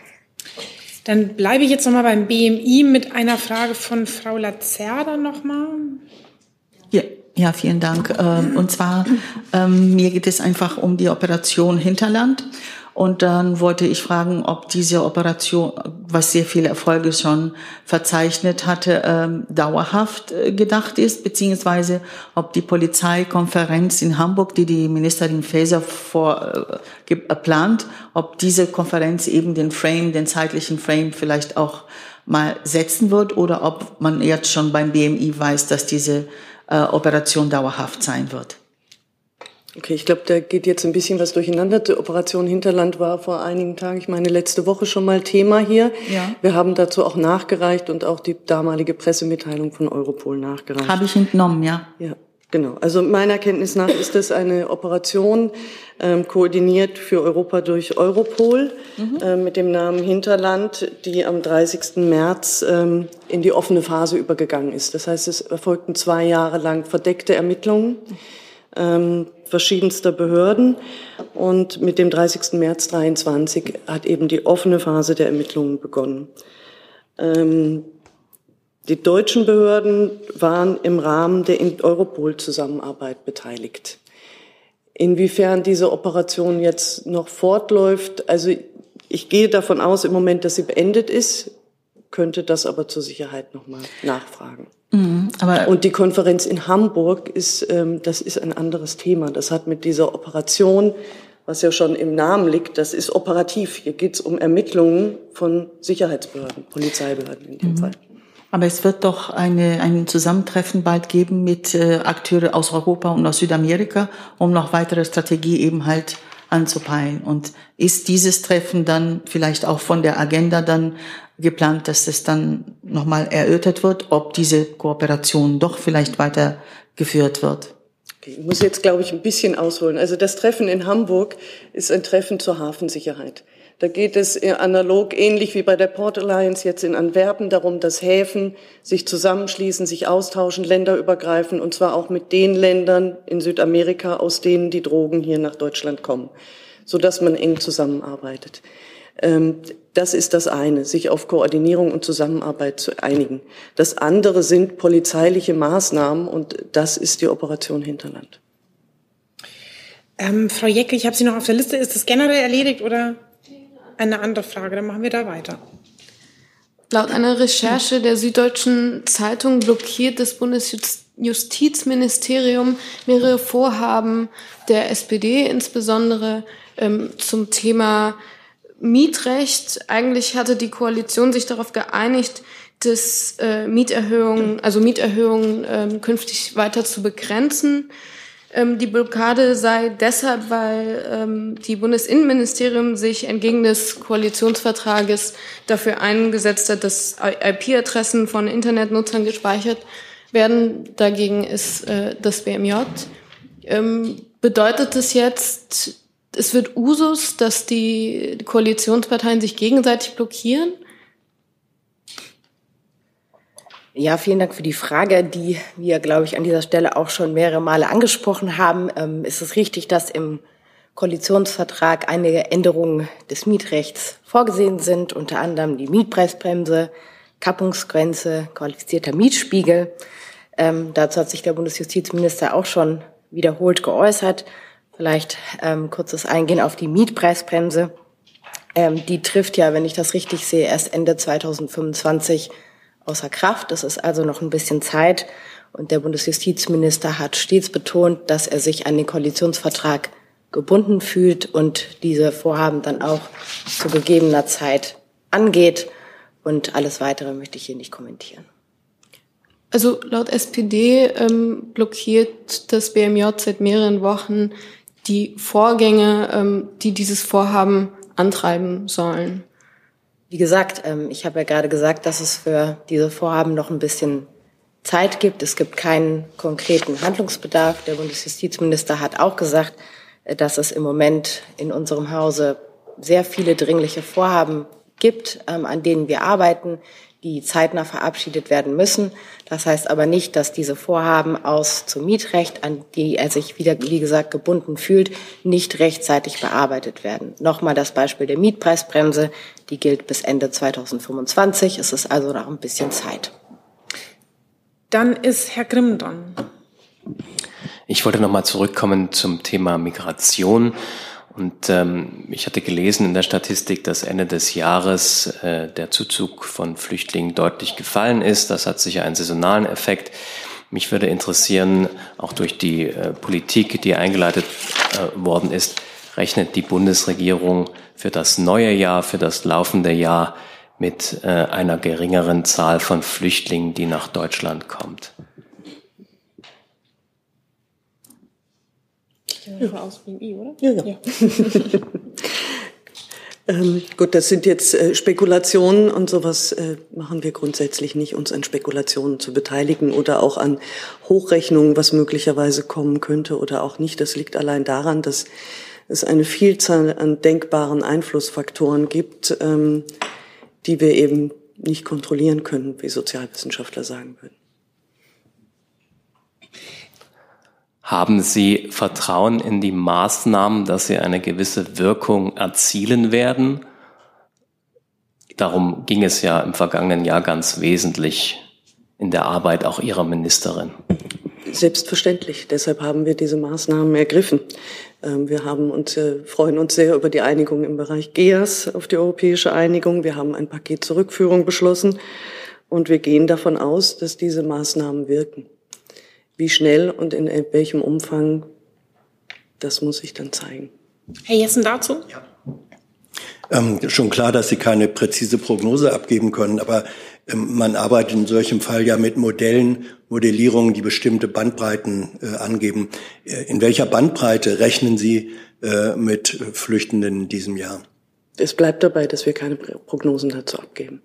Dann bleibe ich jetzt nochmal beim B M I mit einer Frage von Frau Lacerda nochmal. Ja, ja, vielen Dank. Und zwar, ähm, mir geht es einfach um die Operation Hinterland. Und dann wollte ich fragen, ob diese Operation, was sehr viele Erfolge schon verzeichnet hatte, ähm, dauerhaft äh, gedacht ist, beziehungsweise ob die Polizeikonferenz in Hamburg, die die Ministerin Faeser vor, äh, plant, ob diese Konferenz eben den Frame, den zeitlichen Frame vielleicht auch mal setzen wird, oder ob man jetzt schon beim B M I weiß, dass diese äh, Operation dauerhaft sein wird. Okay, ich glaube, da geht jetzt ein bisschen was durcheinander. Die Operation Hinterland war vor einigen Tagen, ich meine letzte Woche schon mal Thema hier. Ja. Wir haben dazu auch nachgereicht und auch die damalige Pressemitteilung von Europol nachgereicht. Habe ich entnommen, ja. Ja, genau. Also meiner Kenntnis nach ist das eine Operation ähm, koordiniert für Europa durch Europol mhm. äh, mit dem Namen Hinterland, die am dreißigsten März ähm, in die offene Phase übergegangen ist. Das heißt, es erfolgten zwei Jahre lang verdeckte Ermittlungen ähm, verschiedenster Behörden, und mit dem dreißigsten März dreiundzwanzig hat eben die offene Phase der Ermittlungen begonnen. Ähm, die deutschen Behörden waren im Rahmen der Europol-Zusammenarbeit beteiligt. Inwiefern diese Operation jetzt noch fortläuft, also ich gehe davon aus im Moment, dass sie beendet ist, könnte das aber zur Sicherheit nochmal nachfragen. Mhm, aber und die Konferenz in Hamburg ist, ähm, das ist ein anderes Thema. Das hat mit dieser Operation, was ja schon im Namen liegt, das ist operativ. Hier geht es um Ermittlungen von Sicherheitsbehörden, Polizeibehörden in dem mhm. Fall. Aber es wird doch eine, ein Zusammentreffen bald geben mit äh, Akteuren aus Europa und aus Südamerika, um noch weitere Strategie eben halt anzupeilen. Und ist dieses Treffen dann vielleicht auch von der Agenda dann geplant, dass es dann nochmal erörtert wird, ob diese Kooperation doch vielleicht weitergeführt wird? Okay, ich muss jetzt, glaube ich, ein bisschen ausholen. Also das Treffen in Hamburg ist ein Treffen zur Hafensicherheit. Da geht es analog, ähnlich wie bei der Port Alliance jetzt in Antwerpen, darum, dass Häfen sich zusammenschließen, sich austauschen, länderübergreifend, und zwar auch mit den Ländern in Südamerika, aus denen die Drogen hier nach Deutschland kommen, sodass man eng zusammenarbeitet. Das ist das eine, sich auf Koordinierung und Zusammenarbeit zu einigen. Das andere sind polizeiliche Maßnahmen, und das ist die Operation Hinterland. Ähm, Frau Jäckel, ich habe Sie noch auf der Liste. Ist das generell erledigt oder eine andere Frage? Dann machen wir da weiter. Laut einer Recherche der Süddeutschen Zeitung blockiert das Bundesjustizministerium mehrere Vorhaben der S P D, insbesondere ähm, zum Thema Mietrecht. Eigentlich hatte die Koalition sich darauf geeinigt, dass äh, Mieterhöhungen, also Mieterhöhungen ähm, künftig weiter zu begrenzen. Ähm, die Blockade sei deshalb, weil ähm, die Bundesinnenministerium sich entgegen des Koalitionsvertrages dafür eingesetzt hat, dass I P-Adressen von Internetnutzern gespeichert werden. Dagegen ist äh, das B M J. Ähm, bedeutet das jetzt, es wird Usus, dass die Koalitionsparteien sich gegenseitig blockieren? Ja, vielen Dank für die Frage, die wir, glaube ich, an dieser Stelle auch schon mehrere Male angesprochen haben. Ähm, ist es richtig, dass im Koalitionsvertrag einige Änderungen des Mietrechts vorgesehen sind, unter anderem die Mietpreisbremse, Kappungsgrenze, qualifizierter Mietspiegel. Ähm, dazu hat sich der Bundesjustizminister auch schon wiederholt geäußert. Vielleicht ähm, kurzes Eingehen auf die Mietpreisbremse. Ähm, die trifft ja, wenn ich das richtig sehe, erst Ende zweitausendfünfundzwanzig außer Kraft. Das ist also noch ein bisschen Zeit. Und der Bundesjustizminister hat stets betont, dass er sich an den Koalitionsvertrag gebunden fühlt und diese Vorhaben dann auch zu gegebener Zeit angeht. Und alles Weitere möchte ich hier nicht kommentieren. Also laut S P D ähm, blockiert das B M J seit mehreren Wochen die Vorgänge, ähm, die dieses Vorhaben antreiben sollen. Wie gesagt, ich habe ja gerade gesagt, dass es für diese Vorhaben noch ein bisschen Zeit gibt. Es gibt keinen konkreten Handlungsbedarf. Der Bundesjustizminister hat auch gesagt, dass es im Moment in unserem Hause sehr viele dringliche Vorhaben gibt, an denen wir arbeiten, die zeitnah verabschiedet werden müssen. Das heißt aber nicht, dass diese Vorhaben aus zum Mietrecht, an die er sich wieder, wie gesagt, gebunden fühlt, nicht rechtzeitig bearbeitet werden. Nochmal das Beispiel der Mietpreisbremse, die gilt bis Ende zweitausendfünfundzwanzig. Es ist also noch ein bisschen Zeit. Dann ist Herr Grimm dran. Ich wollte nochmal zurückkommen zum Thema Migration. Und ähm, ich hatte gelesen in der Statistik, dass Ende des Jahres äh, der Zuzug von Flüchtlingen deutlich gefallen ist. Das hat sicher einen saisonalen Effekt. Mich würde interessieren, auch durch die äh, Politik, die eingeleitet äh, worden ist, rechnet die Bundesregierung für das neue Jahr, für das laufende Jahr mit äh, einer geringeren Zahl von Flüchtlingen, die nach Deutschland kommt? Ja. Aus B M I, oder? Ja, ja. ja. ähm, gut, das sind jetzt äh, Spekulationen und sowas äh, machen wir grundsätzlich nicht, uns an Spekulationen zu beteiligen oder auch an Hochrechnungen, was möglicherweise kommen könnte oder auch nicht. Das liegt allein daran, dass es eine Vielzahl an denkbaren Einflussfaktoren gibt, ähm, die wir eben nicht kontrollieren können, wie Sozialwissenschaftler sagen würden. Haben Sie Vertrauen in die Maßnahmen, dass sie eine gewisse Wirkung erzielen werden? Darum ging es ja im vergangenen Jahr ganz wesentlich in der Arbeit auch Ihrer Ministerin. Selbstverständlich. Deshalb haben wir diese Maßnahmen ergriffen. Wir haben uns, freuen uns sehr über die Einigung im Bereich G E A S, auf die europäische Einigung. Wir haben ein Paket zur Rückführung beschlossen und wir gehen davon aus, dass diese Maßnahmen wirken. Wie schnell und in welchem Umfang, das muss sich dann zeigen. Herr Jessen dazu? Ja. Ähm, schon klar, dass Sie keine präzise Prognose abgeben können, aber Man arbeitet in solchem Fall ja mit Modellen, Modellierungen, die bestimmte Bandbreiten äh, angeben. In welcher Bandbreite rechnen Sie äh, mit Flüchtenden in diesem Jahr? Es bleibt dabei, dass wir keine Prognosen dazu abgeben.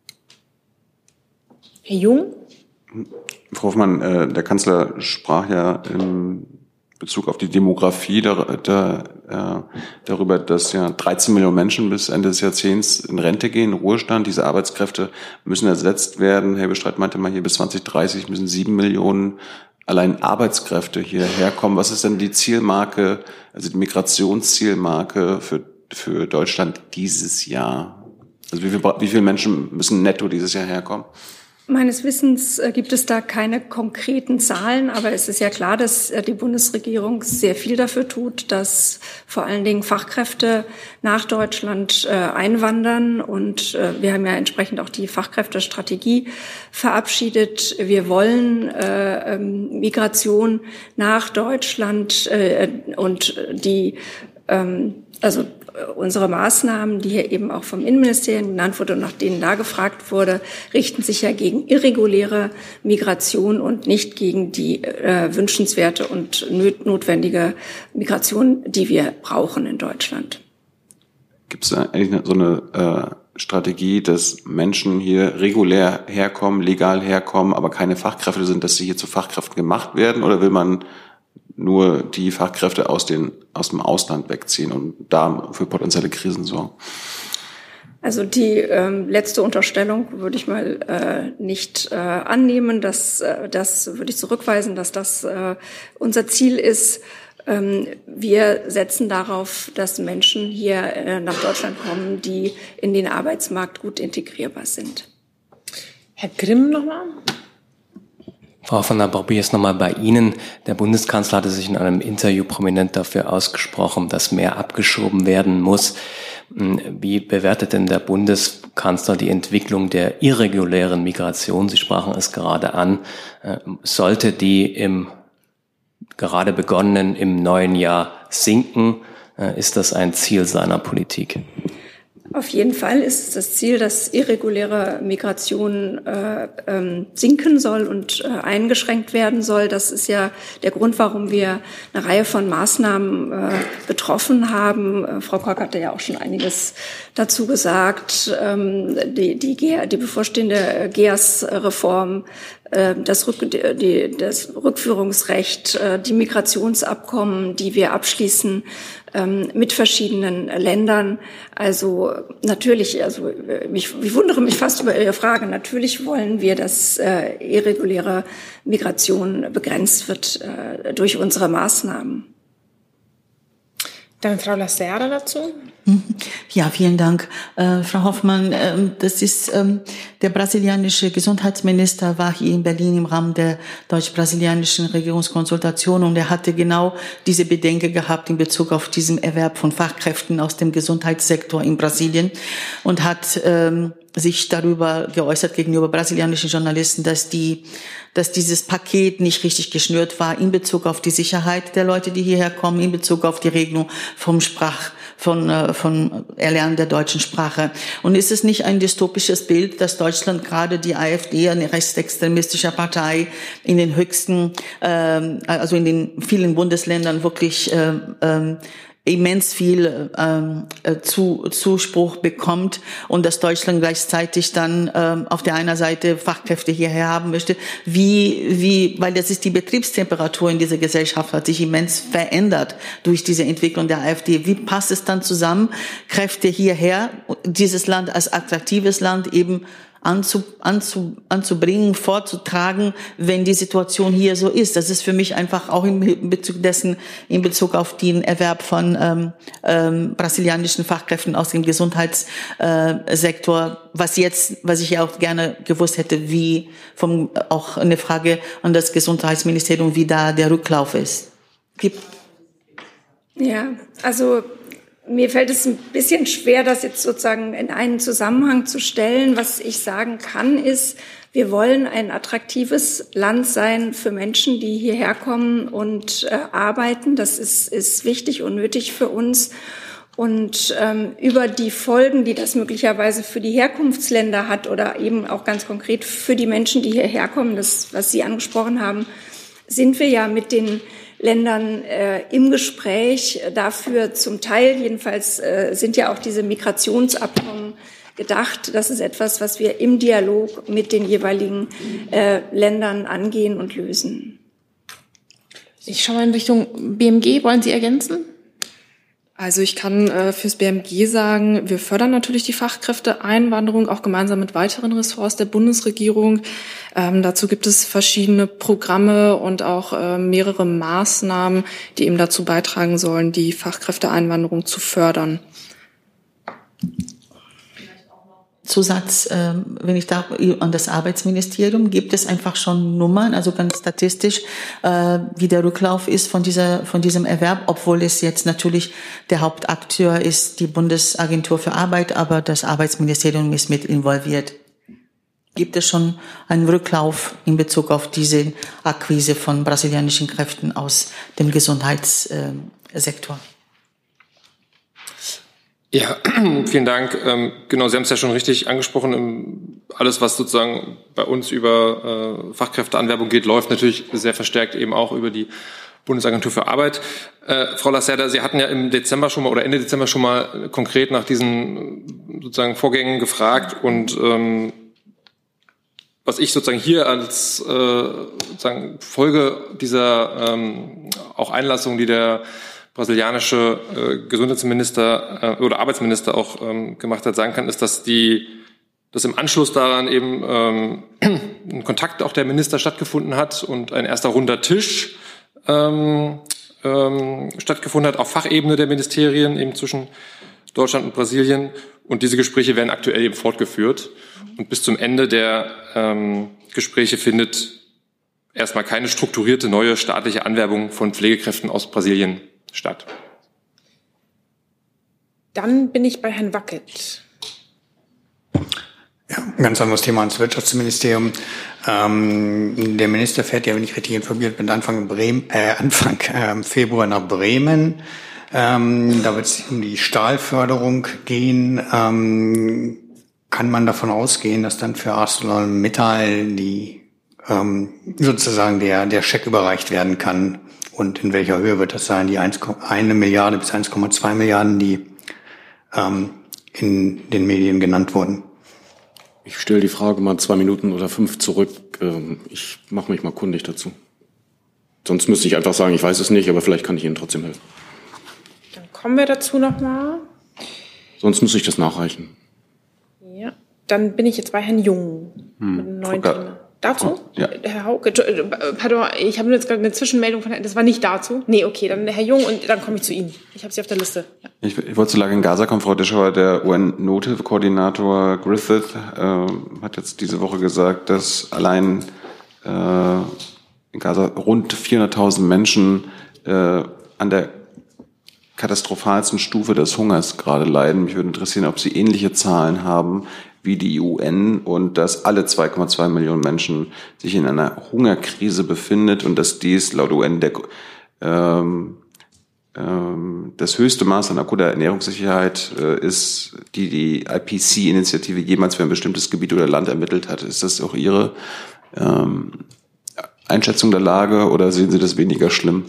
Herr Jung? Frau Hoffmann, äh, der Kanzler sprach ja im Bezug auf die Demografie da, da, äh, darüber, dass ja dreizehn Millionen Menschen bis Ende des Jahrzehnts in Rente gehen, in Ruhestand. Diese Arbeitskräfte müssen ersetzt werden. Herr Bestreit meinte mal, hier bis zwanzig dreißig müssen sieben Millionen allein Arbeitskräfte hierher kommen. Was ist denn die Zielmarke, also die Migrationszielmarke für, für Deutschland dieses Jahr? Also wie, viel, wie viele Menschen müssen netto dieses Jahr herkommen? Meines Wissens gibt es da keine konkreten Zahlen, aber es ist ja klar, dass die Bundesregierung sehr viel dafür tut, dass vor allen Dingen Fachkräfte nach Deutschland einwandern. Und wir haben ja entsprechend auch die Fachkräftestrategie verabschiedet. Wir wollen Migration nach Deutschland und die, also unsere Maßnahmen, die hier eben auch vom Innenministerium genannt wurde und nach denen da gefragt wurde, richten sich ja gegen irreguläre Migration und nicht gegen die äh, wünschenswerte und notwendige Migration, die wir brauchen in Deutschland. Gibt es da eigentlich so eine äh, Strategie, dass Menschen hier regulär herkommen, legal herkommen, aber keine Fachkräfte sind, dass sie hier zu Fachkräften gemacht werden? Oder will man nur die Fachkräfte aus, den, aus dem Ausland wegziehen und da für potenzielle Krisen sorgen? Also die ähm, letzte Unterstellung würde ich mal äh, nicht äh, annehmen. Das, äh, das würde ich zurückweisen, dass das äh, unser Ziel ist. Ähm, wir setzen darauf, dass Menschen hier äh, nach Deutschland kommen, die in den Arbeitsmarkt gut integrierbar sind. Herr Grimm nochmal. Frau von der Probier es nochmal bei Ihnen. Der Bundeskanzler hatte sich in einem Interview prominent dafür ausgesprochen, dass mehr abgeschoben werden muss. Wie bewertet denn der Bundeskanzler die Entwicklung der irregulären Migration? Sie sprachen es gerade an. Sollte die im gerade begonnenen im neuen Jahr sinken? Ist das ein Ziel seiner Politik? Auf jeden Fall ist es das Ziel, dass irreguläre Migration äh, ähm, sinken soll und äh, eingeschränkt werden soll. Das ist ja der Grund, warum wir eine Reihe von Maßnahmen äh, betroffen haben. Äh, Frau Kock hatte ja auch schon einiges dazu gesagt. Ähm, die, die, die bevorstehende G E A S-Reform, äh, das, Rück, die, das Rückführungsrecht, äh, die Migrationsabkommen, die wir abschließen mit verschiedenen Ländern. Also natürlich, also mich, ich wundere mich fast über Ihre Frage. Natürlich wollen wir, dass äh, irreguläre Migration begrenzt wird äh, durch unsere Maßnahmen. Dann Frau Lacerda dazu. Ja, vielen Dank, äh, Frau Hoffmann. Äh, das ist ähm, der brasilianische Gesundheitsminister war hier in Berlin im Rahmen der deutsch-brasilianischen Regierungskonsultation und er hatte genau diese Bedenken gehabt in Bezug auf diesen Erwerb von Fachkräften aus dem Gesundheitssektor in Brasilien und hat ähm, sich darüber geäußert gegenüber brasilianischen Journalisten, dass die, dass dieses Paket nicht richtig geschnürt war in Bezug auf die Sicherheit der Leute, die hierher kommen, in Bezug auf die Regelung vom Sprach, von, von Erlernen der deutschen Sprache. Und ist es nicht ein dystopisches Bild, dass Deutschland gerade die AfD, eine rechtsextremistische Partei, in den höchsten, ähm, also in den vielen Bundesländern wirklich ähm, ähm, immens viel ähm, zu, Zuspruch bekommt und dass Deutschland gleichzeitig dann ähm, auf der einen Seite Fachkräfte hierher haben möchte, wie, wie, weil das ist die Betriebstemperatur in dieser Gesellschaft hat sich immens verändert durch diese Entwicklung der AfD. Wie passt es dann zusammen, Kräfte hierher, dieses Land als attraktives Land eben Anzu, anzu, anzubringen, vorzutragen, wenn die Situation hier so ist. Das ist für mich einfach auch in Bezug dessen, in Bezug auf den Erwerb von ähm, ähm, brasilianischen Fachkräften aus dem Gesundheitssektor, äh, was jetzt, was ich ja auch gerne gewusst hätte, wie vom auch eine Frage an das Gesundheitsministerium, wie da der Rücklauf ist. Gibt ja, also mir fällt es ein bisschen schwer, das jetzt sozusagen in einen Zusammenhang zu stellen. Was ich sagen kann, ist, wir wollen ein attraktives Land sein für Menschen, die hierher kommen und äh, arbeiten. Das ist, ist wichtig und nötig für uns. Und ähm, über die Folgen, die das möglicherweise für die Herkunftsländer hat oder eben auch ganz konkret für die Menschen, die hierher kommen, das, was Sie angesprochen haben, sind wir ja mit den Ländern äh, im Gespräch dafür. Zum Teil jedenfalls äh, sind ja auch diese Migrationsabkommen gedacht. Das ist etwas, was wir im Dialog mit den jeweiligen äh, Ländern angehen und lösen. Ich schaue mal in Richtung B M G. Wollen Sie ergänzen? Also ich kann äh, fürs B M G sagen, wir fördern natürlich die Fachkräfteeinwanderung, auch gemeinsam mit weiteren Ressorts der Bundesregierung. Ähm, dazu gibt es verschiedene Programme und auch äh, mehrere Maßnahmen, die eben dazu beitragen sollen, die Fachkräfteeinwanderung zu fördern. Zusatz, äh, wenn ich da an das Arbeitsministerium, gibt es einfach schon Nummern, also ganz statistisch, äh, wie der Rücklauf ist von dieser, von diesem Erwerb, obwohl es jetzt natürlich der Hauptakteur ist, die Bundesagentur für Arbeit, aber das Arbeitsministerium ist mit involviert. Gibt es schon einen Rücklauf in Bezug auf diese Akquise von brasilianischen Kräften aus dem Gesundheitssektor? Ja, vielen Dank. Ähm, genau, Sie haben es ja schon richtig angesprochen. Alles, was sozusagen bei uns über äh, Fachkräfteanwerbung geht, läuft natürlich sehr verstärkt eben auch über die Bundesagentur für Arbeit. Äh, Frau Lacerda, Sie hatten ja im Dezember schon mal oder Ende Dezember schon mal konkret nach diesen sozusagen Vorgängen gefragt und ähm, was ich sozusagen hier als äh, sozusagen Folge dieser ähm, auch Einlassung, die der brasilianische äh, Gesundheitsminister äh, oder Arbeitsminister auch ähm, gemacht hat, sagen kann, ist, dass die, dass im Anschluss daran eben ähm, ein Kontakt auch der Minister stattgefunden hat und ein erster runder Tisch ähm, ähm, stattgefunden hat auf Fachebene der Ministerien eben zwischen Deutschland und Brasilien. Und diese Gespräche werden aktuell eben fortgeführt. Und bis zum Ende der ähm, Gespräche findet erstmal keine strukturierte neue staatliche Anwerbung von Pflegekräften aus Brasilien statt. Dann bin ich bei Herrn Wackett. Ja, ein ganz anderes Thema ans Wirtschaftsministerium. Ähm, der Minister fährt ja, wenn ich richtig informiert bin, Anfang, Bremen, äh, Anfang äh, Februar nach Bremen. Ähm, da wird es um die Stahlförderung gehen. Ähm, kann man davon ausgehen, dass dann für ArcelorMittal die ähm, sozusagen der der Scheck überreicht werden kann? Und in welcher Höhe wird das sein? Die eine Milliarde bis eins Komma zwei Milliarden, die ähm, in den Medien genannt wurden. Ich stelle die Frage mal zwei Minuten oder fünf zurück. Ähm, ich mache mich mal kundig dazu. Sonst müsste ich einfach sagen, ich weiß es nicht, aber vielleicht kann ich Ihnen trotzdem helfen. Dann kommen wir dazu nochmal. Sonst muss ich das nachreichen. Ja, dann bin ich jetzt bei Herrn Jung Hm. mit einem neuen Thema. Dazu? Oh, ja. Herr Hauke, pardon, ich habe jetzt gerade eine Zwischenmeldung von Herrn, das war nicht dazu? Nee, okay, dann Herr Jung und dann komme ich zu Ihnen. Ich habe Sie auf der Liste. Ja. Ich, ich wollte zur Lage in Gaza kommen. Frau Deschauer, der U N-Nothilfe-Koordinator Griffith äh, hat jetzt diese Woche gesagt, dass allein äh, in Gaza rund vierhunderttausend Menschen äh, an der katastrophalsten Stufe des Hungers gerade leiden. Mich würde interessieren, ob Sie ähnliche Zahlen haben wie die U N und dass alle zwei Komma zwei Millionen Menschen sich in einer Hungerkrise befindet und dass dies laut U N der, ähm, ähm, das höchste Maß an akuter Ernährungssicherheit äh, ist, die die I P C-Initiative jemals für ein bestimmtes Gebiet oder Land ermittelt hat. Ist das auch Ihre ähm, Einschätzung der Lage oder sehen Sie das weniger schlimm?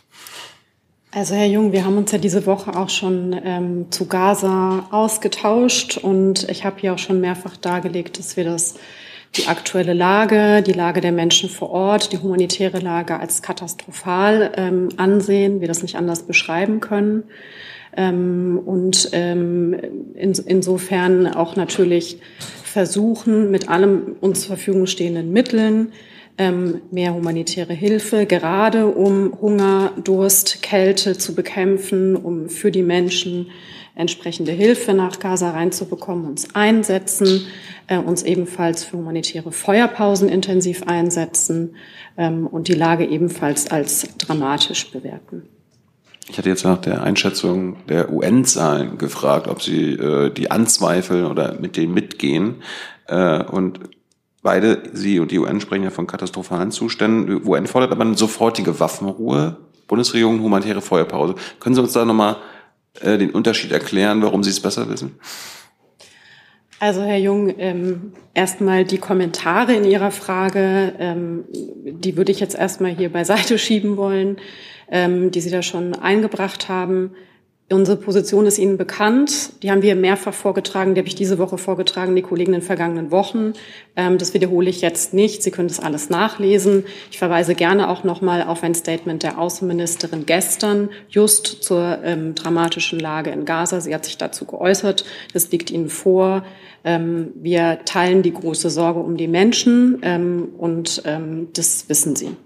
Also Herr Jung, wir haben uns ja diese Woche auch schon ähm, zu Gaza ausgetauscht und ich habe hier auch schon mehrfach dargelegt, dass wir das, die aktuelle Lage, die Lage der Menschen vor Ort, die humanitäre Lage als katastrophal ähm, ansehen, wir das nicht anders beschreiben können ähm, und ähm, in, insofern auch natürlich versuchen, mit allem uns zur Verfügung stehenden Mitteln Ähm, mehr humanitäre Hilfe, gerade um Hunger, Durst, Kälte zu bekämpfen, um für die Menschen entsprechende Hilfe nach Gaza reinzubekommen, uns einsetzen, äh, uns ebenfalls für humanitäre Feuerpausen intensiv einsetzen ähm, und die Lage ebenfalls als dramatisch bewerten. Ich hatte jetzt nach der Einschätzung der U N-Zahlen gefragt, ob Sie äh, die anzweifeln oder mit denen mitgehen äh, und beide, Sie und die U N, sprechen ja von katastrophalen Zuständen. Die U N fordert aber eine sofortige Waffenruhe, Bundesregierung humanitäre Feuerpause. Können Sie uns da nochmal äh, den Unterschied erklären, warum Sie es besser wissen? Also Herr Jung, ähm, erstmal die Kommentare in Ihrer Frage, ähm, die würde ich jetzt erstmal hier beiseite schieben wollen, ähm, die Sie da schon eingebracht haben. Unsere Position ist Ihnen bekannt. Die haben wir mehrfach vorgetragen. Die habe ich diese Woche vorgetragen, die Kollegen in den vergangenen Wochen. Ähm, das wiederhole ich jetzt nicht. Sie können das alles nachlesen. Ich verweise gerne auch nochmal auf ein Statement der Außenministerin gestern, just zur ähm, dramatischen Lage in Gaza. Sie hat sich dazu geäußert. Das liegt Ihnen vor. Ähm, wir teilen die große Sorge um die Menschen ähm, und ähm, das wissen Sie.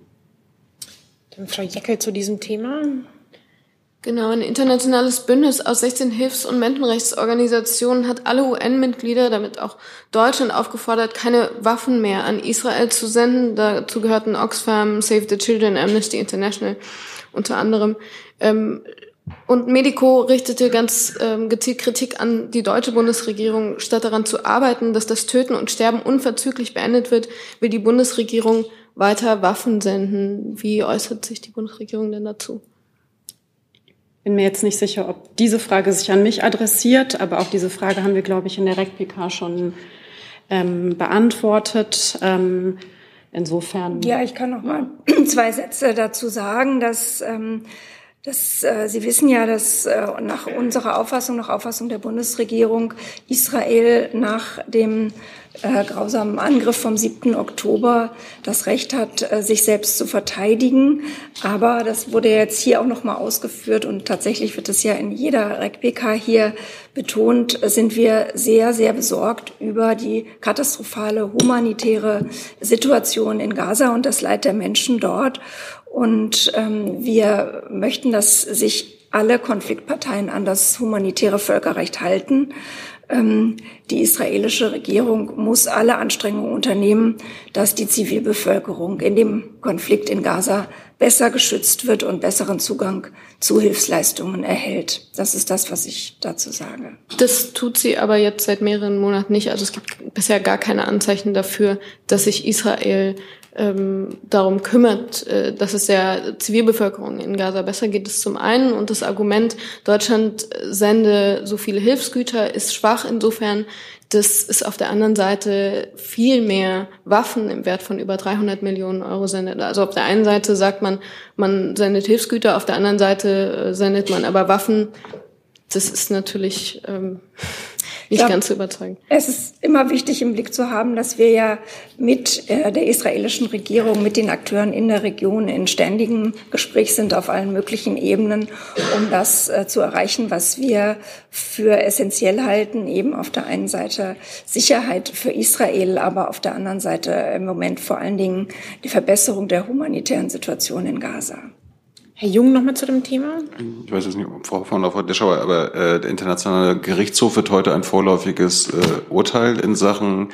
Dann Frau Jeckel zu diesem Thema. Genau, ein internationales Bündnis aus sechzehn Hilfs- und Menschenrechtsorganisationen hat alle U N-Mitglieder, damit auch Deutschland, aufgefordert, keine Waffen mehr an Israel zu senden. Dazu gehörten Oxfam, Save the Children, Amnesty International unter anderem. Ähm, und Medico richtete ganz ähm, gezielt Kritik an die deutsche Bundesregierung. Statt daran zu arbeiten, dass das Töten und Sterben unverzüglich beendet wird, will die Bundesregierung weiter Waffen senden. Wie äußert sich die Bundesregierung denn dazu? Ich bin mir jetzt nicht sicher, ob diese Frage sich an mich adressiert, aber auch diese Frage haben wir, glaube ich, in der R E C P K schon ähm, beantwortet. Ähm, insofern. Ja, ich kann noch mal zwei Sätze dazu sagen, dass, ähm, dass äh, Sie wissen ja, dass äh, nach unserer Auffassung, nach Auffassung der Bundesregierung, Israel nach dem äh, grausamen Angriff vom siebten Oktober das Recht hat, äh, sich selbst zu verteidigen. Aber das wurde jetzt hier auch noch mal ausgeführt und tatsächlich wird es ja in jeder R E C P K hier betont, sind wir sehr, sehr besorgt über die katastrophale humanitäre Situation in Gaza und das Leid der Menschen dort. Und ähm, wir möchten, dass sich alle Konfliktparteien an das humanitäre Völkerrecht halten. Ähm, die israelische Regierung muss alle Anstrengungen unternehmen, dass die Zivilbevölkerung in dem Konflikt in Gaza besser geschützt wird und besseren Zugang zu Hilfsleistungen erhält. Das ist das, was ich dazu sage. Das tut sie aber jetzt seit mehreren Monaten nicht. Also es gibt bisher gar keine Anzeichen dafür, dass sich Israel ähm, darum kümmert, äh, dass es der Zivilbevölkerung in Gaza besser geht, ist zum einen. Und das Argument, Deutschland sende so viele Hilfsgüter, ist schwach insofern, dass es auf der anderen Seite viel mehr Waffen im Wert von über dreihundert Millionen Euro sendet. Also auf der einen Seite sagt man, man sendet Hilfsgüter, auf der anderen Seite sendet man aber Waffen. Das ist natürlich ähm, nicht ja, ganz zu überzeugen. Es ist immer wichtig im Blick zu haben, dass wir ja mit äh, der israelischen Regierung, mit den Akteuren in der Region in ständigem Gespräch sind auf allen möglichen Ebenen, um das äh, zu erreichen, was wir für essentiell halten. Eben auf der einen Seite Sicherheit für Israel, aber auf der anderen Seite im Moment vor allen Dingen die Verbesserung der humanitären Situation in Gaza. Herr Jung, noch mal zu dem Thema. Ich weiß jetzt nicht, ob Frau von der Deschauer, aber äh, der Internationale Gerichtshof wird heute ein vorläufiges äh, Urteil in Sachen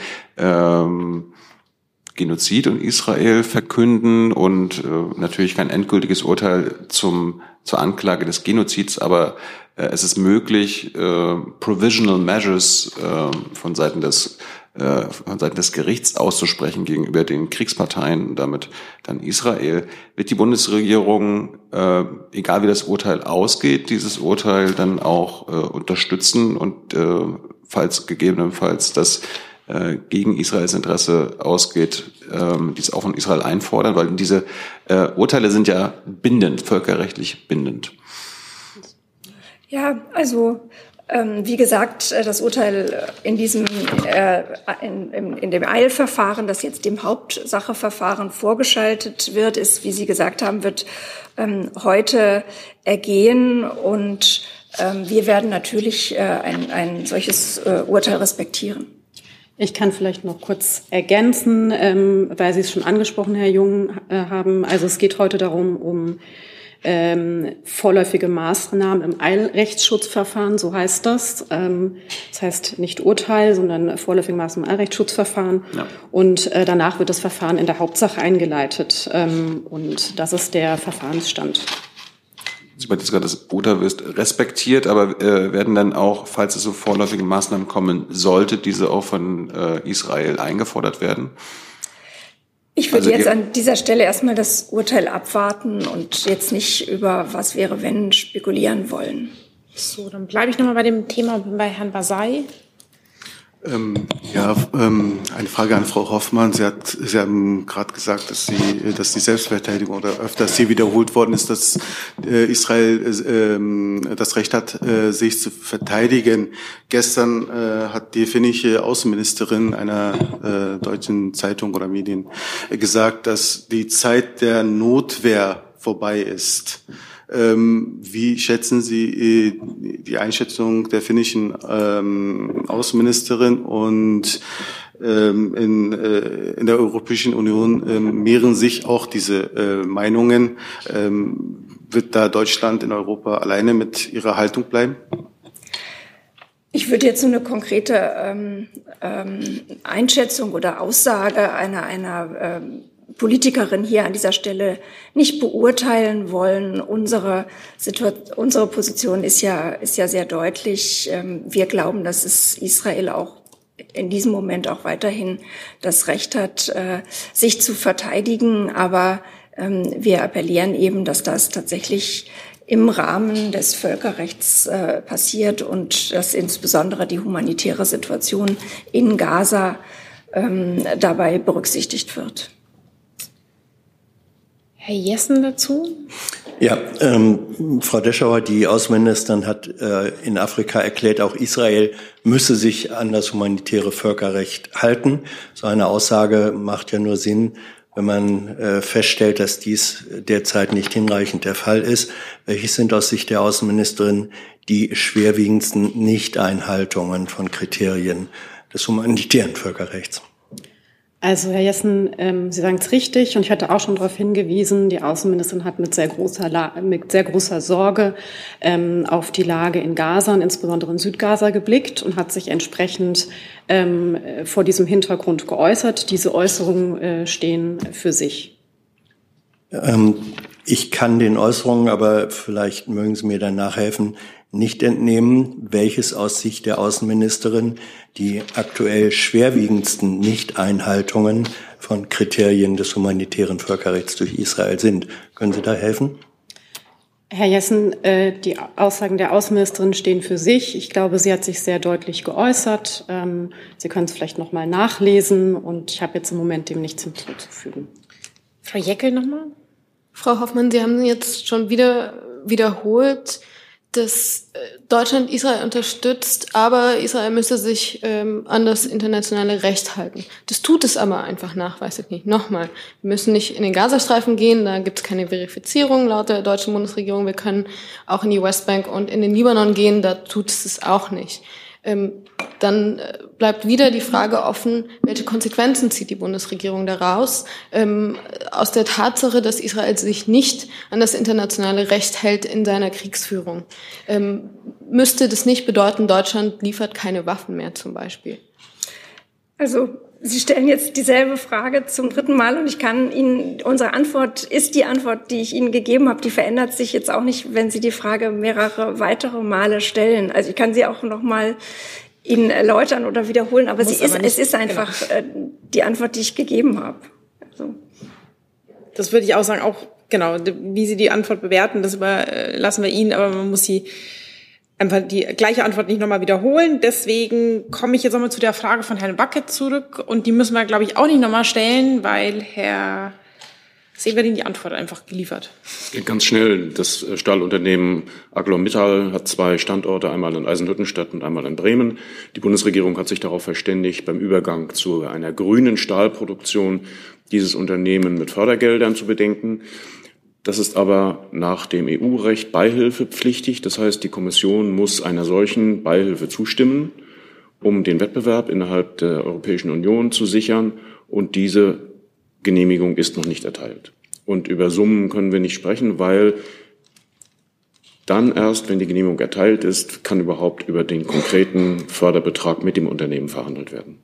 ähm, Genozid in Israel verkünden und äh, natürlich kein endgültiges Urteil zum zur Anklage des Genozids, aber äh, es ist möglich, äh, Provisional Measures äh, von Seiten des äh, von Seiten des Gerichts auszusprechen gegenüber den Kriegsparteien, damit dann Israel. Wird die Bundesregierung, äh, egal wie das Urteil ausgeht, dieses Urteil dann auch äh, unterstützen und äh, falls gegebenenfalls das äh, gegen Israels Interesse ausgeht, äh, dies auch von Israel einfordern, weil diese äh, Urteile sind ja bindend, völkerrechtlich bindend. Ja, also ähm, wie gesagt, das Urteil in diesem äh, in, in, in dem Eilverfahren, das jetzt dem Hauptsacheverfahren vorgeschaltet wird, ist, wie Sie gesagt haben, wird ähm, heute ergehen und ähm, wir werden natürlich äh, ein, ein solches äh, Urteil respektieren. Ich kann vielleicht noch kurz ergänzen, ähm, weil Sie es schon angesprochen, Herr Jung, äh, haben. Also es geht heute darum, um ähm, vorläufige Maßnahmen im Eilrechtsschutzverfahren, so heißt das. Ähm, das heißt nicht Urteil, sondern vorläufige Maßnahmen im Eilrechtsschutzverfahren. Ja. Und äh, danach wird das Verfahren in der Hauptsache eingeleitet. Ähm, und das ist der Verfahrensstand. Sie meinte jetzt gerade, das Urteil wird respektiert, aber äh, werden dann auch, falls es so vorläufige Maßnahmen kommen sollte, diese auch von äh, Israel eingefordert werden? Ich würde also jetzt an dieser Stelle erstmal das Urteil abwarten und jetzt nicht über was wäre, wenn spekulieren wollen. So, dann bleibe ich nochmal bei dem Thema bei Herrn Basay. Ähm, ja, ähm, eine Frage an Frau Hoffmann. Sie hat, Sie haben gerade gesagt, dass Sie, dass die Selbstverteidigung oder öfters hier wiederholt worden ist, dass äh, Israel äh, das Recht hat, äh, sich zu verteidigen. Gestern äh, hat die finnische Außenministerin einer äh, deutschen Zeitung oder Medien äh, gesagt, dass die Zeit der Notwehr vorbei ist. Ähm, wie schätzen Sie äh, die Einschätzung der finnischen ähm, Außenministerin und ähm, in, äh, in der Europäischen Union ähm, mehren sich auch diese äh, Meinungen? Ähm, wird da Deutschland in Europa alleine mit ihrer Haltung bleiben? Ich würde jetzt so eine konkrete ähm, ähm, Einschätzung oder Aussage einer, einer ähm, Politikerin hier an dieser Stelle nicht beurteilen wollen. Unsere Situation, unsere Position ist ja, ist ja sehr deutlich. Wir glauben, dass es Israel auch in diesem Moment auch weiterhin das Recht hat, sich zu verteidigen. Aber wir appellieren eben, dass das tatsächlich im Rahmen des Völkerrechts passiert und dass insbesondere die humanitäre Situation in Gaza dabei berücksichtigt wird. Herr Jessen dazu? Ja, ähm, Frau Deschauer, die Außenministerin hat äh, in Afrika erklärt, auch Israel müsse sich an das humanitäre Völkerrecht halten. So eine Aussage macht ja nur Sinn, wenn man äh, feststellt, dass dies derzeit nicht hinreichend der Fall ist. Welches sind aus Sicht der Außenministerin die schwerwiegendsten Nichteinhaltungen von Kriterien des humanitären Völkerrechts? Also Herr Jessen, ähm, Sie sagen es richtig und ich hatte auch schon darauf hingewiesen, die Außenministerin hat mit sehr großer, La- mit sehr großer Sorge ähm, auf die Lage in Gaza und insbesondere in Südgaza geblickt und hat sich entsprechend ähm, vor diesem Hintergrund geäußert. Diese Äußerungen äh, stehen für sich. Ähm, ich kann den Äußerungen, aber vielleicht mögen Sie mir dann nachhelfen, nicht entnehmen, welches aus Sicht der Außenministerin die aktuell schwerwiegendsten Nichteinhaltungen von Kriterien des humanitären Völkerrechts durch Israel sind. Können Sie da helfen? Herr Jessen, äh, die Aussagen der Außenministerin stehen für sich. Ich glaube, sie hat sich sehr deutlich geäußert. Ähm, Sie können es vielleicht noch mal nachlesen und ich habe jetzt im Moment dem nichts hinzuzufügen. Frau Jäckel nochmal. Frau Hoffmann, Sie haben jetzt schon wieder wiederholt, dass Deutschland Israel unterstützt, aber Israel müsse sich ähm, an das internationale Recht halten. Das tut es aber einfach nachweislich nicht. Nochmal, wir müssen nicht in den Gazastreifen gehen, da gibt es keine Verifizierung laut der deutschen Bundesregierung. Wir können auch in die Westbank und in den Libanon gehen, da tut es es auch nicht. Ähm, dann bleibt wieder die Frage offen, welche Konsequenzen zieht die Bundesregierung daraus ähm, aus der Tatsache, dass Israel sich nicht an das internationale Recht hält in seiner Kriegsführung. Ähm, müsste das nicht bedeuten, Deutschland liefert keine Waffen mehr zum Beispiel? Also Sie stellen jetzt dieselbe Frage zum dritten Mal und ich kann Ihnen, unsere Antwort ist die Antwort, die ich Ihnen gegeben habe. Die verändert sich jetzt auch nicht, wenn Sie die Frage mehrere weitere Male stellen. Also ich kann sie auch noch mal Ihnen erläutern oder wiederholen, aber, sie ist, aber es ist einfach genau. die Antwort, die ich gegeben habe. Also. Das würde ich auch sagen, auch genau, wie Sie die Antwort bewerten, das überlassen wir Ihnen, aber man muss sie einfach die gleiche Antwort nicht nochmal wiederholen. Deswegen komme ich jetzt nochmal zu der Frage von Herrn Backett zurück. Und die müssen wir, glaube ich, auch nicht nochmal stellen, weil Herr Severin die Antwort einfach geliefert. Geht ganz schnell. Das Stahlunternehmen ArcelorMittal hat zwei Standorte, einmal in Eisenhüttenstadt und einmal in Bremen. Die Bundesregierung hat sich darauf verständigt, beim Übergang zu einer grünen Stahlproduktion dieses Unternehmen mit Fördergeldern zu bedenken. Das ist aber nach dem E U-Recht beihilfepflichtig. Das heißt, die Kommission muss einer solchen Beihilfe zustimmen, um den Wettbewerb innerhalb der Europäischen Union zu sichern. Und diese Genehmigung ist noch nicht erteilt. Und über Summen können wir nicht sprechen, weil dann erst, wenn die Genehmigung erteilt ist, kann überhaupt über den konkreten Förderbetrag mit dem Unternehmen verhandelt werden.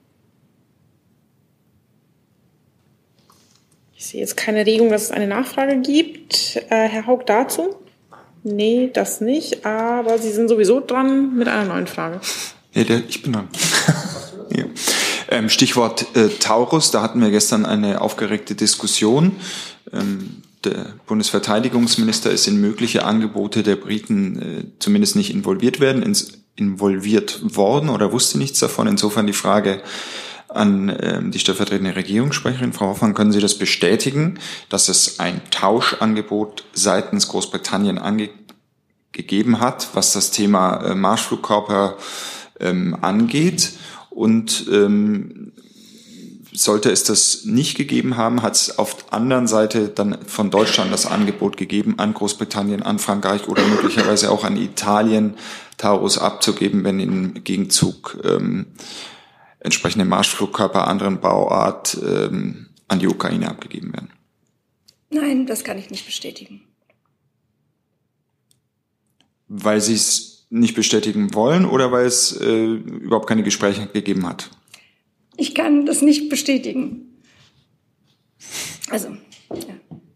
Ich sehe jetzt keine Regung, dass es eine Nachfrage gibt. Äh, Herr Haug dazu? Nee, das nicht. Aber Sie sind sowieso dran mit einer neuen Frage. Ja, der, ich bin dran. ja. ähm, Stichwort äh, Taurus. Da hatten wir gestern eine aufgeregte Diskussion. Ähm, der Bundesverteidigungsminister ist in mögliche Angebote der Briten äh, zumindest nicht involviert werden, ins, involviert worden oder wusste nichts davon. Insofern die Frage an ähm, die stellvertretende Regierungssprecherin, Frau Hoffmann, können Sie das bestätigen, dass es ein Tauschangebot seitens Großbritannien angegeben hat, was das Thema äh, Marschflugkörper ähm, angeht? Und ähm, sollte es das nicht gegeben haben, hat es auf der anderen Seite dann von Deutschland das Angebot gegeben, an Großbritannien, an Frankreich oder möglicherweise auch an Italien Taurus abzugeben, wenn im Gegenzug ähm, entsprechende Marschflugkörper anderen Bauart ähm, an die Ukraine abgegeben werden? Nein, das kann ich nicht bestätigen. Weil Sie es nicht bestätigen wollen oder weil es äh, überhaupt keine Gespräche gegeben hat? Ich kann das nicht bestätigen. Also, ja.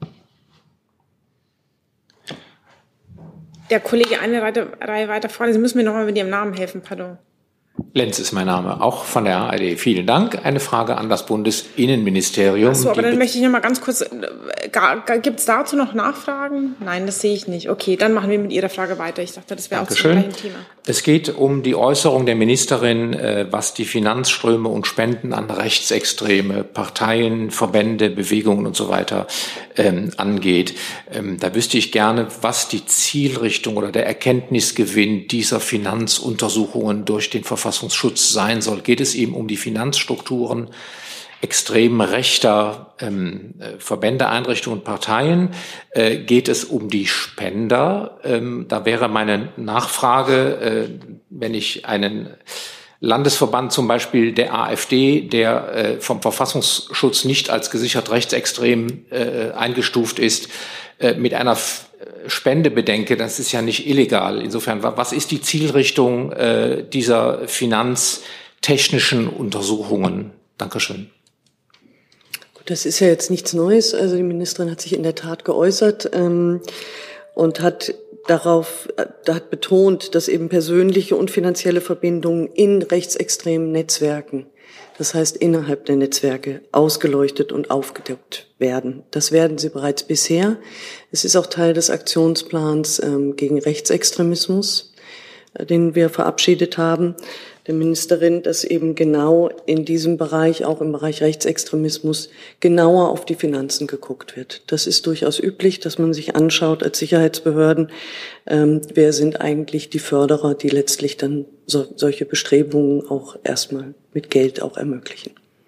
Der Kollege eine Reihe weiter vorne, Sie müssen mir noch mal mit Ihrem Namen helfen, pardon. Lenz ist mein Name, auch von der A R D. Vielen Dank. Eine Frage an das Bundesinnenministerium. Ach so, aber dann möchte ich noch mal ganz kurz, gibt es dazu noch Nachfragen? Nein, das sehe ich nicht. Okay, dann machen wir mit Ihrer Frage weiter. Ich dachte, das wäre auch zum gleichen Thema. Es geht um die Äußerung der Ministerin, was die Finanzströme und Spenden an rechtsextreme Parteien, Verbände, Bewegungen und so weiter ähm, angeht. Ähm, da wüsste ich gerne, was die Zielrichtung oder der Erkenntnisgewinn dieser Finanzuntersuchungen durch den Verfassungsschutz sein soll. Geht es ihm um die Finanzstrukturen extrem rechter ähm, Verbände, Einrichtungen und Parteien? Äh, geht es um die Spender? Ähm, da wäre meine Nachfrage, äh, wenn ich einen Landesverband zum Beispiel der AfD, der äh, vom Verfassungsschutz nicht als gesichert rechtsextrem äh, eingestuft ist, äh, mit einer F- Spende bedenke, das ist ja nicht illegal. Insofern, was ist die Zielrichtung äh, dieser finanztechnischen Untersuchungen? Dankeschön. Gut, das ist ja jetzt nichts Neues. Also die Ministerin hat sich in der Tat geäußert ähm, und hat darauf, da hat betont, dass eben persönliche und finanzielle Verbindungen in rechtsextremen Netzwerken, das heißt innerhalb der Netzwerke, ausgeleuchtet und aufgedeckt werden. Das werden sie bereits bisher. Es ist auch Teil des Aktionsplans ähm, gegen Rechtsextremismus, äh, den wir verabschiedet haben, der Ministerin, dass eben genau in diesem Bereich, auch im Bereich Rechtsextremismus, genauer auf die Finanzen geguckt wird. Das ist durchaus üblich, dass man sich anschaut als Sicherheitsbehörden, ähm, wer sind eigentlich die Förderer, die letztlich dann so, solche Bestrebungen auch erstmal mit Geld auch ermöglichen.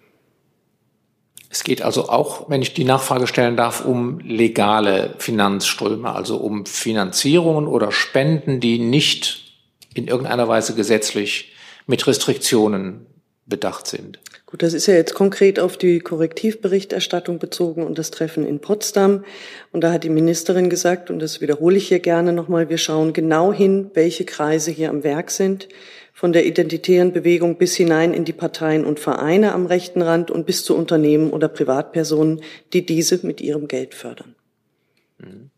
Es geht also auch, wenn ich die Nachfrage stellen darf, um legale Finanzströme, also um Finanzierungen oder Spenden, die nicht in irgendeiner Weise gesetzlich mit Restriktionen bedacht sind. Gut, das ist ja jetzt konkret auf die Korrektivberichterstattung bezogen und das Treffen in Potsdam. Und da hat die Ministerin gesagt, und das wiederhole ich hier gerne nochmal, wir schauen genau hin, welche Kreise hier am Werk sind, von der identitären Bewegung bis hinein in die Parteien und Vereine am rechten Rand und bis zu Unternehmen oder Privatpersonen, die diese mit ihrem Geld fördern. Mhm.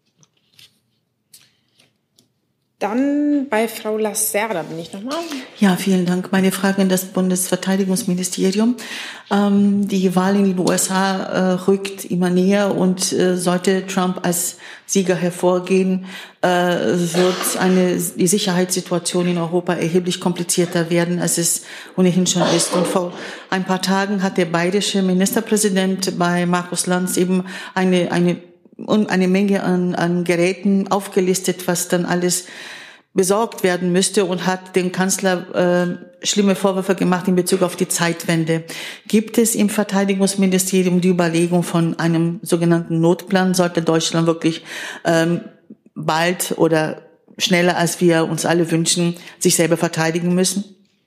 Dann bei Frau Lacerda bin ich nochmal. Ja, vielen Dank. Meine Frage an das Bundesverteidigungsministerium. Ähm, die Wahl in den U S A äh, rückt immer näher und äh, sollte Trump als Sieger hervorgehen, äh, wird eine, die Sicherheitssituation in Europa erheblich komplizierter werden, als es ohnehin schon ist. Und vor ein paar Tagen hat der bayerische Ministerpräsident bei Markus Lanz eben eine, eine und eine Menge an, an Geräten aufgelistet, was dann alles besorgt werden müsste, und hat dem Kanzler äh, schlimme Vorwürfe gemacht in Bezug auf die Zeitwende. Gibt es im Verteidigungsministerium die Überlegung von einem sogenannten Notplan? Sollte Deutschland wirklich ähm, bald oder schneller, als wir uns alle wünschen, sich selber verteidigen müssen?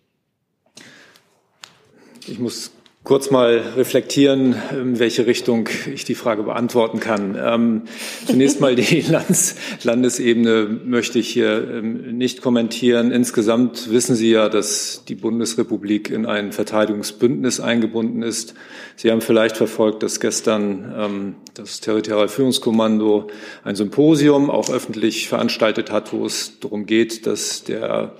Ich muss kurz mal reflektieren, in welche Richtung ich die Frage beantworten kann. Ähm, zunächst mal die Landes- Landesebene möchte ich hier ähm, nicht kommentieren. Insgesamt wissen Sie ja, dass die Bundesrepublik in ein Verteidigungsbündnis eingebunden ist. Sie haben vielleicht verfolgt, dass gestern ähm, das Territorialführungskommando ein Symposium auch öffentlich veranstaltet hat, wo es darum geht, dass der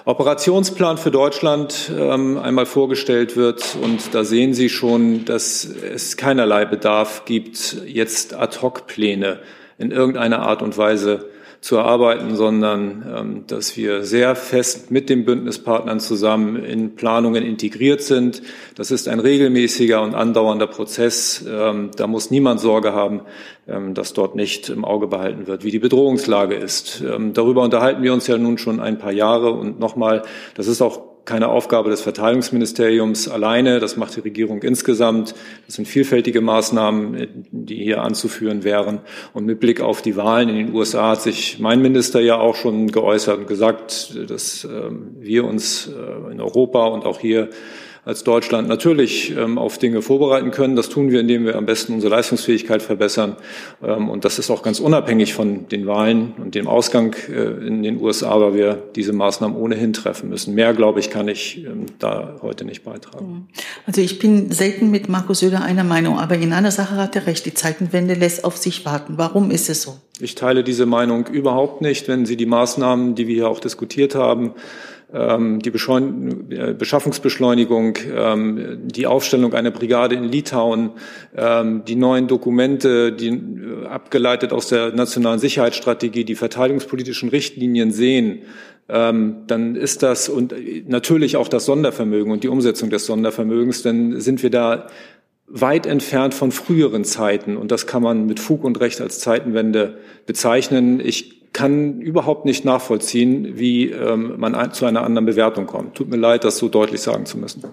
Operationsplan für Deutschland ähm, einmal vorgestellt wird. Und da sehen Sie schon, dass es keinerlei Bedarf gibt, jetzt Ad-hoc-Pläne in irgendeiner Art und Weise zu erarbeiten, sondern ähm, dass wir sehr fest mit den Bündnispartnern zusammen in Planungen integriert sind. Das ist ein regelmäßiger und andauernder Prozess. Ähm, da muss niemand Sorge haben, ähm, dass dort nicht im Auge behalten wird, wie die Bedrohungslage ist. Ähm, darüber unterhalten wir uns ja nun schon ein paar Jahre. Und nochmal, das ist auch keine Aufgabe des Verteidigungsministeriums alleine. Das macht die Regierung insgesamt. Das sind vielfältige Maßnahmen, die hier anzuführen wären. Und mit Blick auf die Wahlen in den U S A hat sich mein Minister ja auch schon geäußert und gesagt, dass wir uns in Europa und auch hier als Deutschland natürlich ähm, auf Dinge vorbereiten können. Das tun wir, indem wir am besten unsere Leistungsfähigkeit verbessern. Ähm, und das ist auch ganz unabhängig von den Wahlen und dem Ausgang äh, in den U S A, weil wir diese Maßnahmen ohnehin treffen müssen. Mehr, glaube ich, kann ich ähm, da heute nicht beitragen. Also ich bin selten mit Markus Söder einer Meinung, aber in einer Sache hat er recht. Die Zeitenwende lässt auf sich warten. Warum ist es so? Ich teile diese Meinung überhaupt nicht. Wenn Sie die Maßnahmen, die wir hier auch diskutiert haben, die Beschaffungsbeschleunigung, die Aufstellung einer Brigade in Litauen, die neuen Dokumente, die abgeleitet aus der nationalen Sicherheitsstrategie, die verteidigungspolitischen Richtlinien sehen, dann ist das und natürlich auch das Sondervermögen und die Umsetzung des Sondervermögens, dann sind wir da weit entfernt von früheren Zeiten. Und das kann man mit Fug und Recht als Zeitenwende bezeichnen. Ich kann überhaupt nicht nachvollziehen, wie ähm, man ein, zu einer anderen Bewertung kommt. Tut mir leid, das so deutlich sagen zu müssen.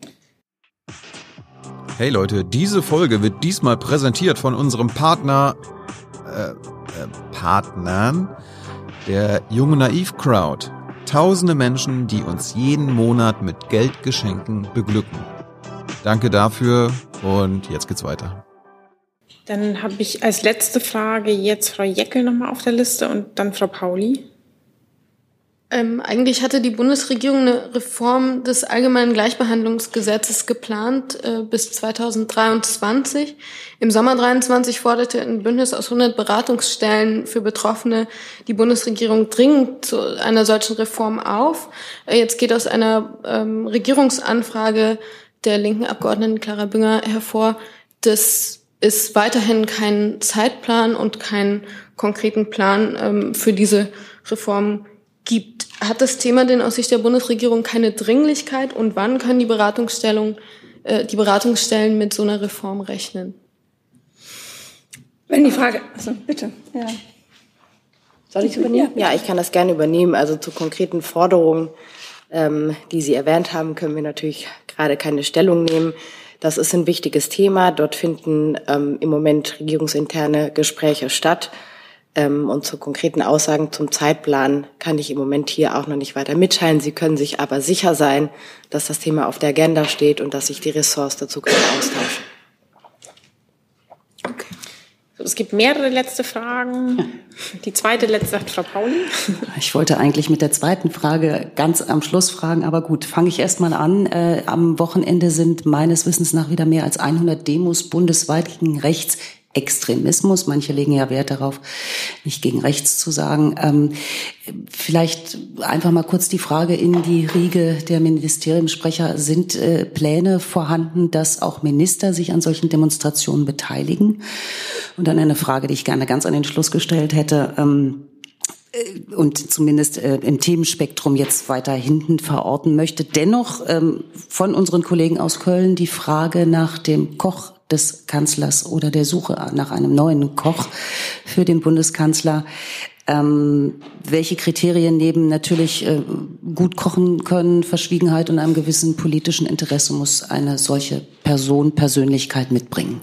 Hey Leute, diese Folge wird diesmal präsentiert von unserem Partner, äh, äh, Partnern, der Jung und Naiv Crowd. Tausende Menschen, die uns jeden Monat mit Geldgeschenken beglücken. Danke dafür und jetzt geht's weiter. Dann habe ich als letzte Frage jetzt Frau Jeckel nochmal auf der Liste und dann Frau Pauli. Ähm, eigentlich hatte die Bundesregierung eine Reform des Allgemeinen Gleichbehandlungsgesetzes geplant äh, bis zweitausenddreiundzwanzig. Im Sommer dreiundzwanzig forderte ein Bündnis aus hundert Beratungsstellen für Betroffene die Bundesregierung dringend zu einer solchen Reform auf. Äh, jetzt geht aus einer ähm, Regierungsanfrage der linken Abgeordneten Clara Bünger hervor, dass es weiterhin keinen Zeitplan und keinen konkreten Plan ähm, für diese Reform gibt. Hat das Thema denn aus Sicht der Bundesregierung keine Dringlichkeit und wann können die Beratungsstellen, äh, die Beratungsstellen mit so einer Reform rechnen? Wenn die Frage, also bitte, ja. Soll ich übernehmen? Ja, ich kann das gerne übernehmen. Also zu konkreten Forderungen, ähm, die Sie erwähnt haben, können wir natürlich gerade keine Stellung nehmen. Das ist ein wichtiges Thema. Dort finden ähm, im Moment regierungsinterne Gespräche statt. Ähm, und zu konkreten Aussagen zum Zeitplan kann ich im Moment hier auch noch nicht weiter mitteilen. Sie können sich aber sicher sein, dass das Thema auf der Agenda steht und dass sich die Ressorts dazu gerade austauschen. Okay. Es gibt mehrere letzte Fragen. Die zweite letzte hat Frau Pauli. Ich wollte eigentlich mit der zweiten Frage ganz am Schluss fragen, aber gut, fange ich erst mal an. Äh, am Wochenende sind meines Wissens nach wieder mehr als hundert Demos bundesweit gegen Rechtsextremismus. Manche legen ja Wert darauf, nicht gegen rechts zu sagen. Ähm, vielleicht einfach mal kurz die Frage in die Riege der Ministeriumssprecher. Sind äh, Pläne vorhanden, dass auch Minister sich an solchen Demonstrationen beteiligen? Und dann eine Frage, die ich gerne ganz an den Schluss gestellt hätte, ähm, und zumindest äh, im Themenspektrum jetzt weiter hinten verorten möchte. Dennoch ähm, von unseren Kollegen aus Köln die Frage nach dem Koch des Kanzlers oder der Suche nach einem neuen Koch für den Bundeskanzler. Ähm, welche Kriterien neben natürlich äh, gut kochen können, Verschwiegenheit und einem gewissen politischen Interesse muss eine solche Person, Persönlichkeit mitbringen?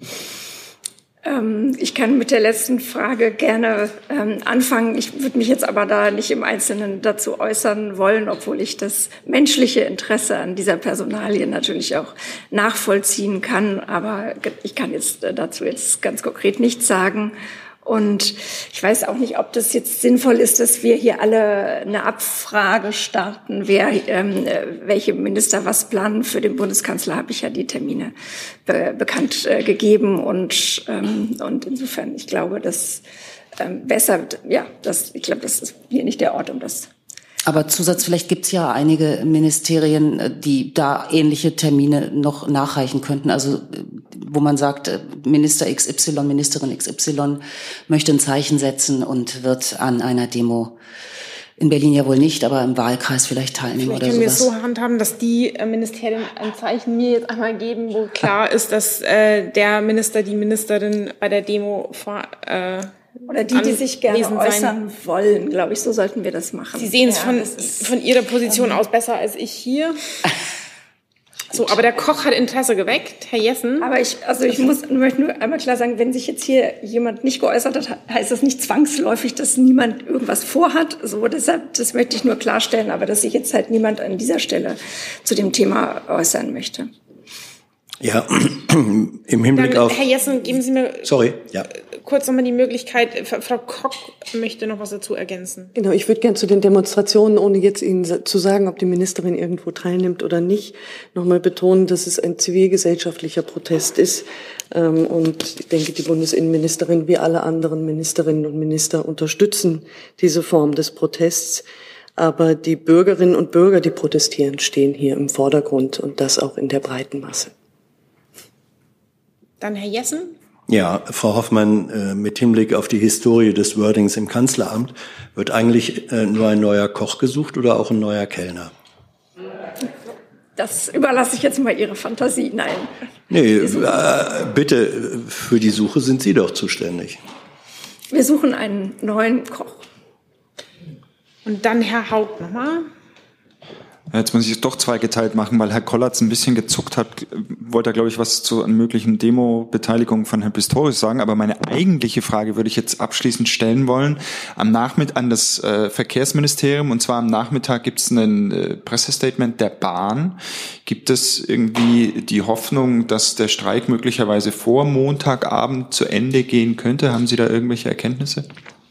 Ähm, ich kann mit der letzten Frage gerne ähm, anfangen. Ich würde mich jetzt aber da nicht im Einzelnen dazu äußern wollen, obwohl ich das menschliche Interesse an dieser Personalie natürlich auch nachvollziehen kann. Aber ich kann jetzt dazu jetzt ganz konkret nichts sagen. Und ich weiß auch nicht, ob das jetzt sinnvoll ist, dass wir hier alle eine Abfrage starten, wer, ähm, welche Minister was planen. Für den Bundeskanzler habe ich ja die Termine be- bekannt äh, gegeben und ähm, und insofern, ich glaube, dass ähm, besser, ja, das, ich glaube, das ist hier nicht der Ort, um das Aber Zusatz, vielleicht gibt es ja einige Ministerien, die da ähnliche Termine noch nachreichen könnten. Also wo man sagt, Minister X Y, Ministerin X Y möchte ein Zeichen setzen und wird an einer Demo in Berlin ja wohl nicht, aber im Wahlkreis vielleicht teilnehmen vielleicht oder können sowas. Wir es so handhaben, dass die äh, Ministerien ein Zeichen mir jetzt einmal geben, wo klar ist, dass äh, der Minister, die Ministerin bei der Demo vor äh, oder die, die sich gerne äußern sein. wollen, glaube ich, so sollten wir das machen. Sie sehen es ja, von, von Ihrer Position ähm, aus besser als ich hier. So, aber der Koch hat Interesse geweckt, Herr Jessen. Aber ich, also ich muss, möchte nur einmal klar sagen, wenn sich jetzt hier jemand nicht geäußert hat, heißt das nicht zwangsläufig, dass niemand irgendwas vorhat. So, deshalb, das möchte ich nur klarstellen, aber dass sich jetzt halt niemand an dieser Stelle zu dem Thema äußern möchte. Ja, im Hinblick Dann, auf... Herr Jessen, geben Sie mir Sorry, ja. kurz nochmal die Möglichkeit, Frau Koch möchte noch was dazu ergänzen. Genau, ich würde gerne zu den Demonstrationen, ohne jetzt Ihnen zu sagen, ob die Ministerin irgendwo teilnimmt oder nicht, nochmal betonen, dass es ein zivilgesellschaftlicher Protest ist. Und ich denke, die Bundesinnenministerin wie alle anderen Ministerinnen und Minister unterstützen diese Form des Protests. Aber die Bürgerinnen und Bürger, die protestieren, stehen hier im Vordergrund und das auch in der breiten Masse. Dann Herr Jessen. Ja, Frau Hoffmann, mit Hinblick auf die Historie des Wordings im Kanzleramt, wird eigentlich nur ein neuer Koch gesucht oder auch ein neuer Kellner? Das überlasse ich jetzt mal Ihre Fantasie. Nein. Nee, äh, bitte, für die Suche sind Sie doch zuständig. Wir suchen einen neuen Koch. Und dann Herr Haug nochmal. Jetzt muss ich es doch zweigeteilt machen, weil Herr Kollatz ein bisschen gezuckt hat, wollte er, glaube ich, was zu einer möglichen Demo-Beteiligung von Herrn Pistorius sagen. Aber meine eigentliche Frage würde ich jetzt abschließend stellen wollen am Nachmittag an das äh, Verkehrsministerium. Und zwar am Nachmittag gibt es ein äh, Pressestatement der Bahn. Gibt es irgendwie die Hoffnung, dass der Streik möglicherweise vor Montagabend zu Ende gehen könnte? Haben Sie da irgendwelche Erkenntnisse?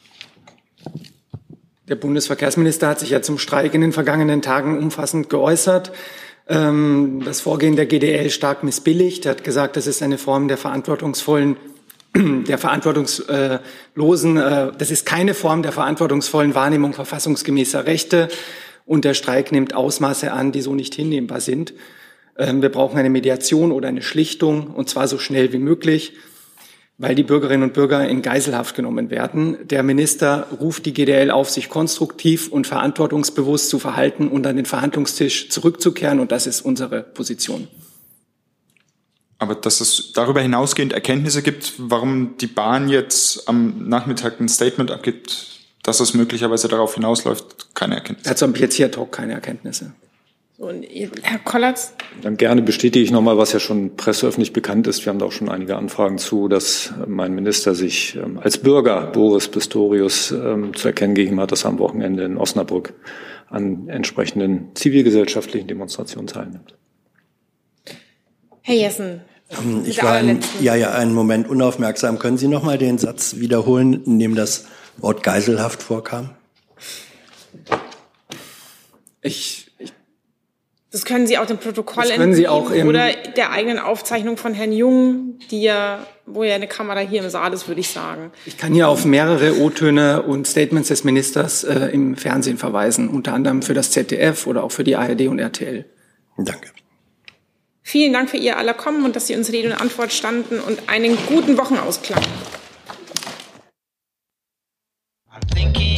Der Bundesverkehrsminister hat sich ja zum Streik in den vergangenen Tagen umfassend geäußert, das Vorgehen der G D L stark missbilligt. Er hat gesagt, das ist eine Form der verantwortungsvollen, der verantwortungslosen, das ist keine Form der verantwortungsvollen Wahrnehmung verfassungsgemäßer Rechte und der Streik nimmt Ausmaße an, die so nicht hinnehmbar sind. Wir brauchen eine Mediation oder eine Schlichtung und zwar so schnell wie möglich, weil die Bürgerinnen und Bürger in Geiselhaft genommen werden. Der Minister ruft die G D L auf, sich konstruktiv und verantwortungsbewusst zu verhalten und an den Verhandlungstisch zurückzukehren. Und das ist unsere Position. Aber dass es darüber hinausgehend Erkenntnisse gibt, warum die Bahn jetzt am Nachmittag ein Statement abgibt, dass es möglicherweise darauf hinausläuft, keine Erkenntnisse. Dazu habe ich jetzt hier ad hoc keine Erkenntnisse. Und Herr Kollatz? Dann gerne bestätige ich nochmal, was ja schon presseöffentlich bekannt ist. Wir haben da auch schon einige Anfragen zu, dass mein Minister sich als Bürger Boris Pistorius zu erkennen gegeben hat, dass er am Wochenende in Osnabrück an entsprechenden zivilgesellschaftlichen Demonstrationen teilnimmt. Herr Jessen. Ich war ein, ja, ja, einen Moment unaufmerksam. Können Sie nochmal den Satz wiederholen, in dem das Wort Geiselhaft vorkam? Ich Das können Sie auch dem Protokoll das können Sie auch entnehmen oder der eigenen Aufzeichnung von Herrn Jung, die ja, wo ja eine Kamera hier im Saal ist, würde ich sagen. Ich kann hier auf mehrere O-Töne und Statements des Ministers äh, im Fernsehen verweisen, unter anderem für das Z D F oder auch für die A R D und R T L. Danke. Vielen Dank für Ihr aller Kommen und dass Sie uns Rede und Antwort standen und einen guten Wochenausklang. I'm thinking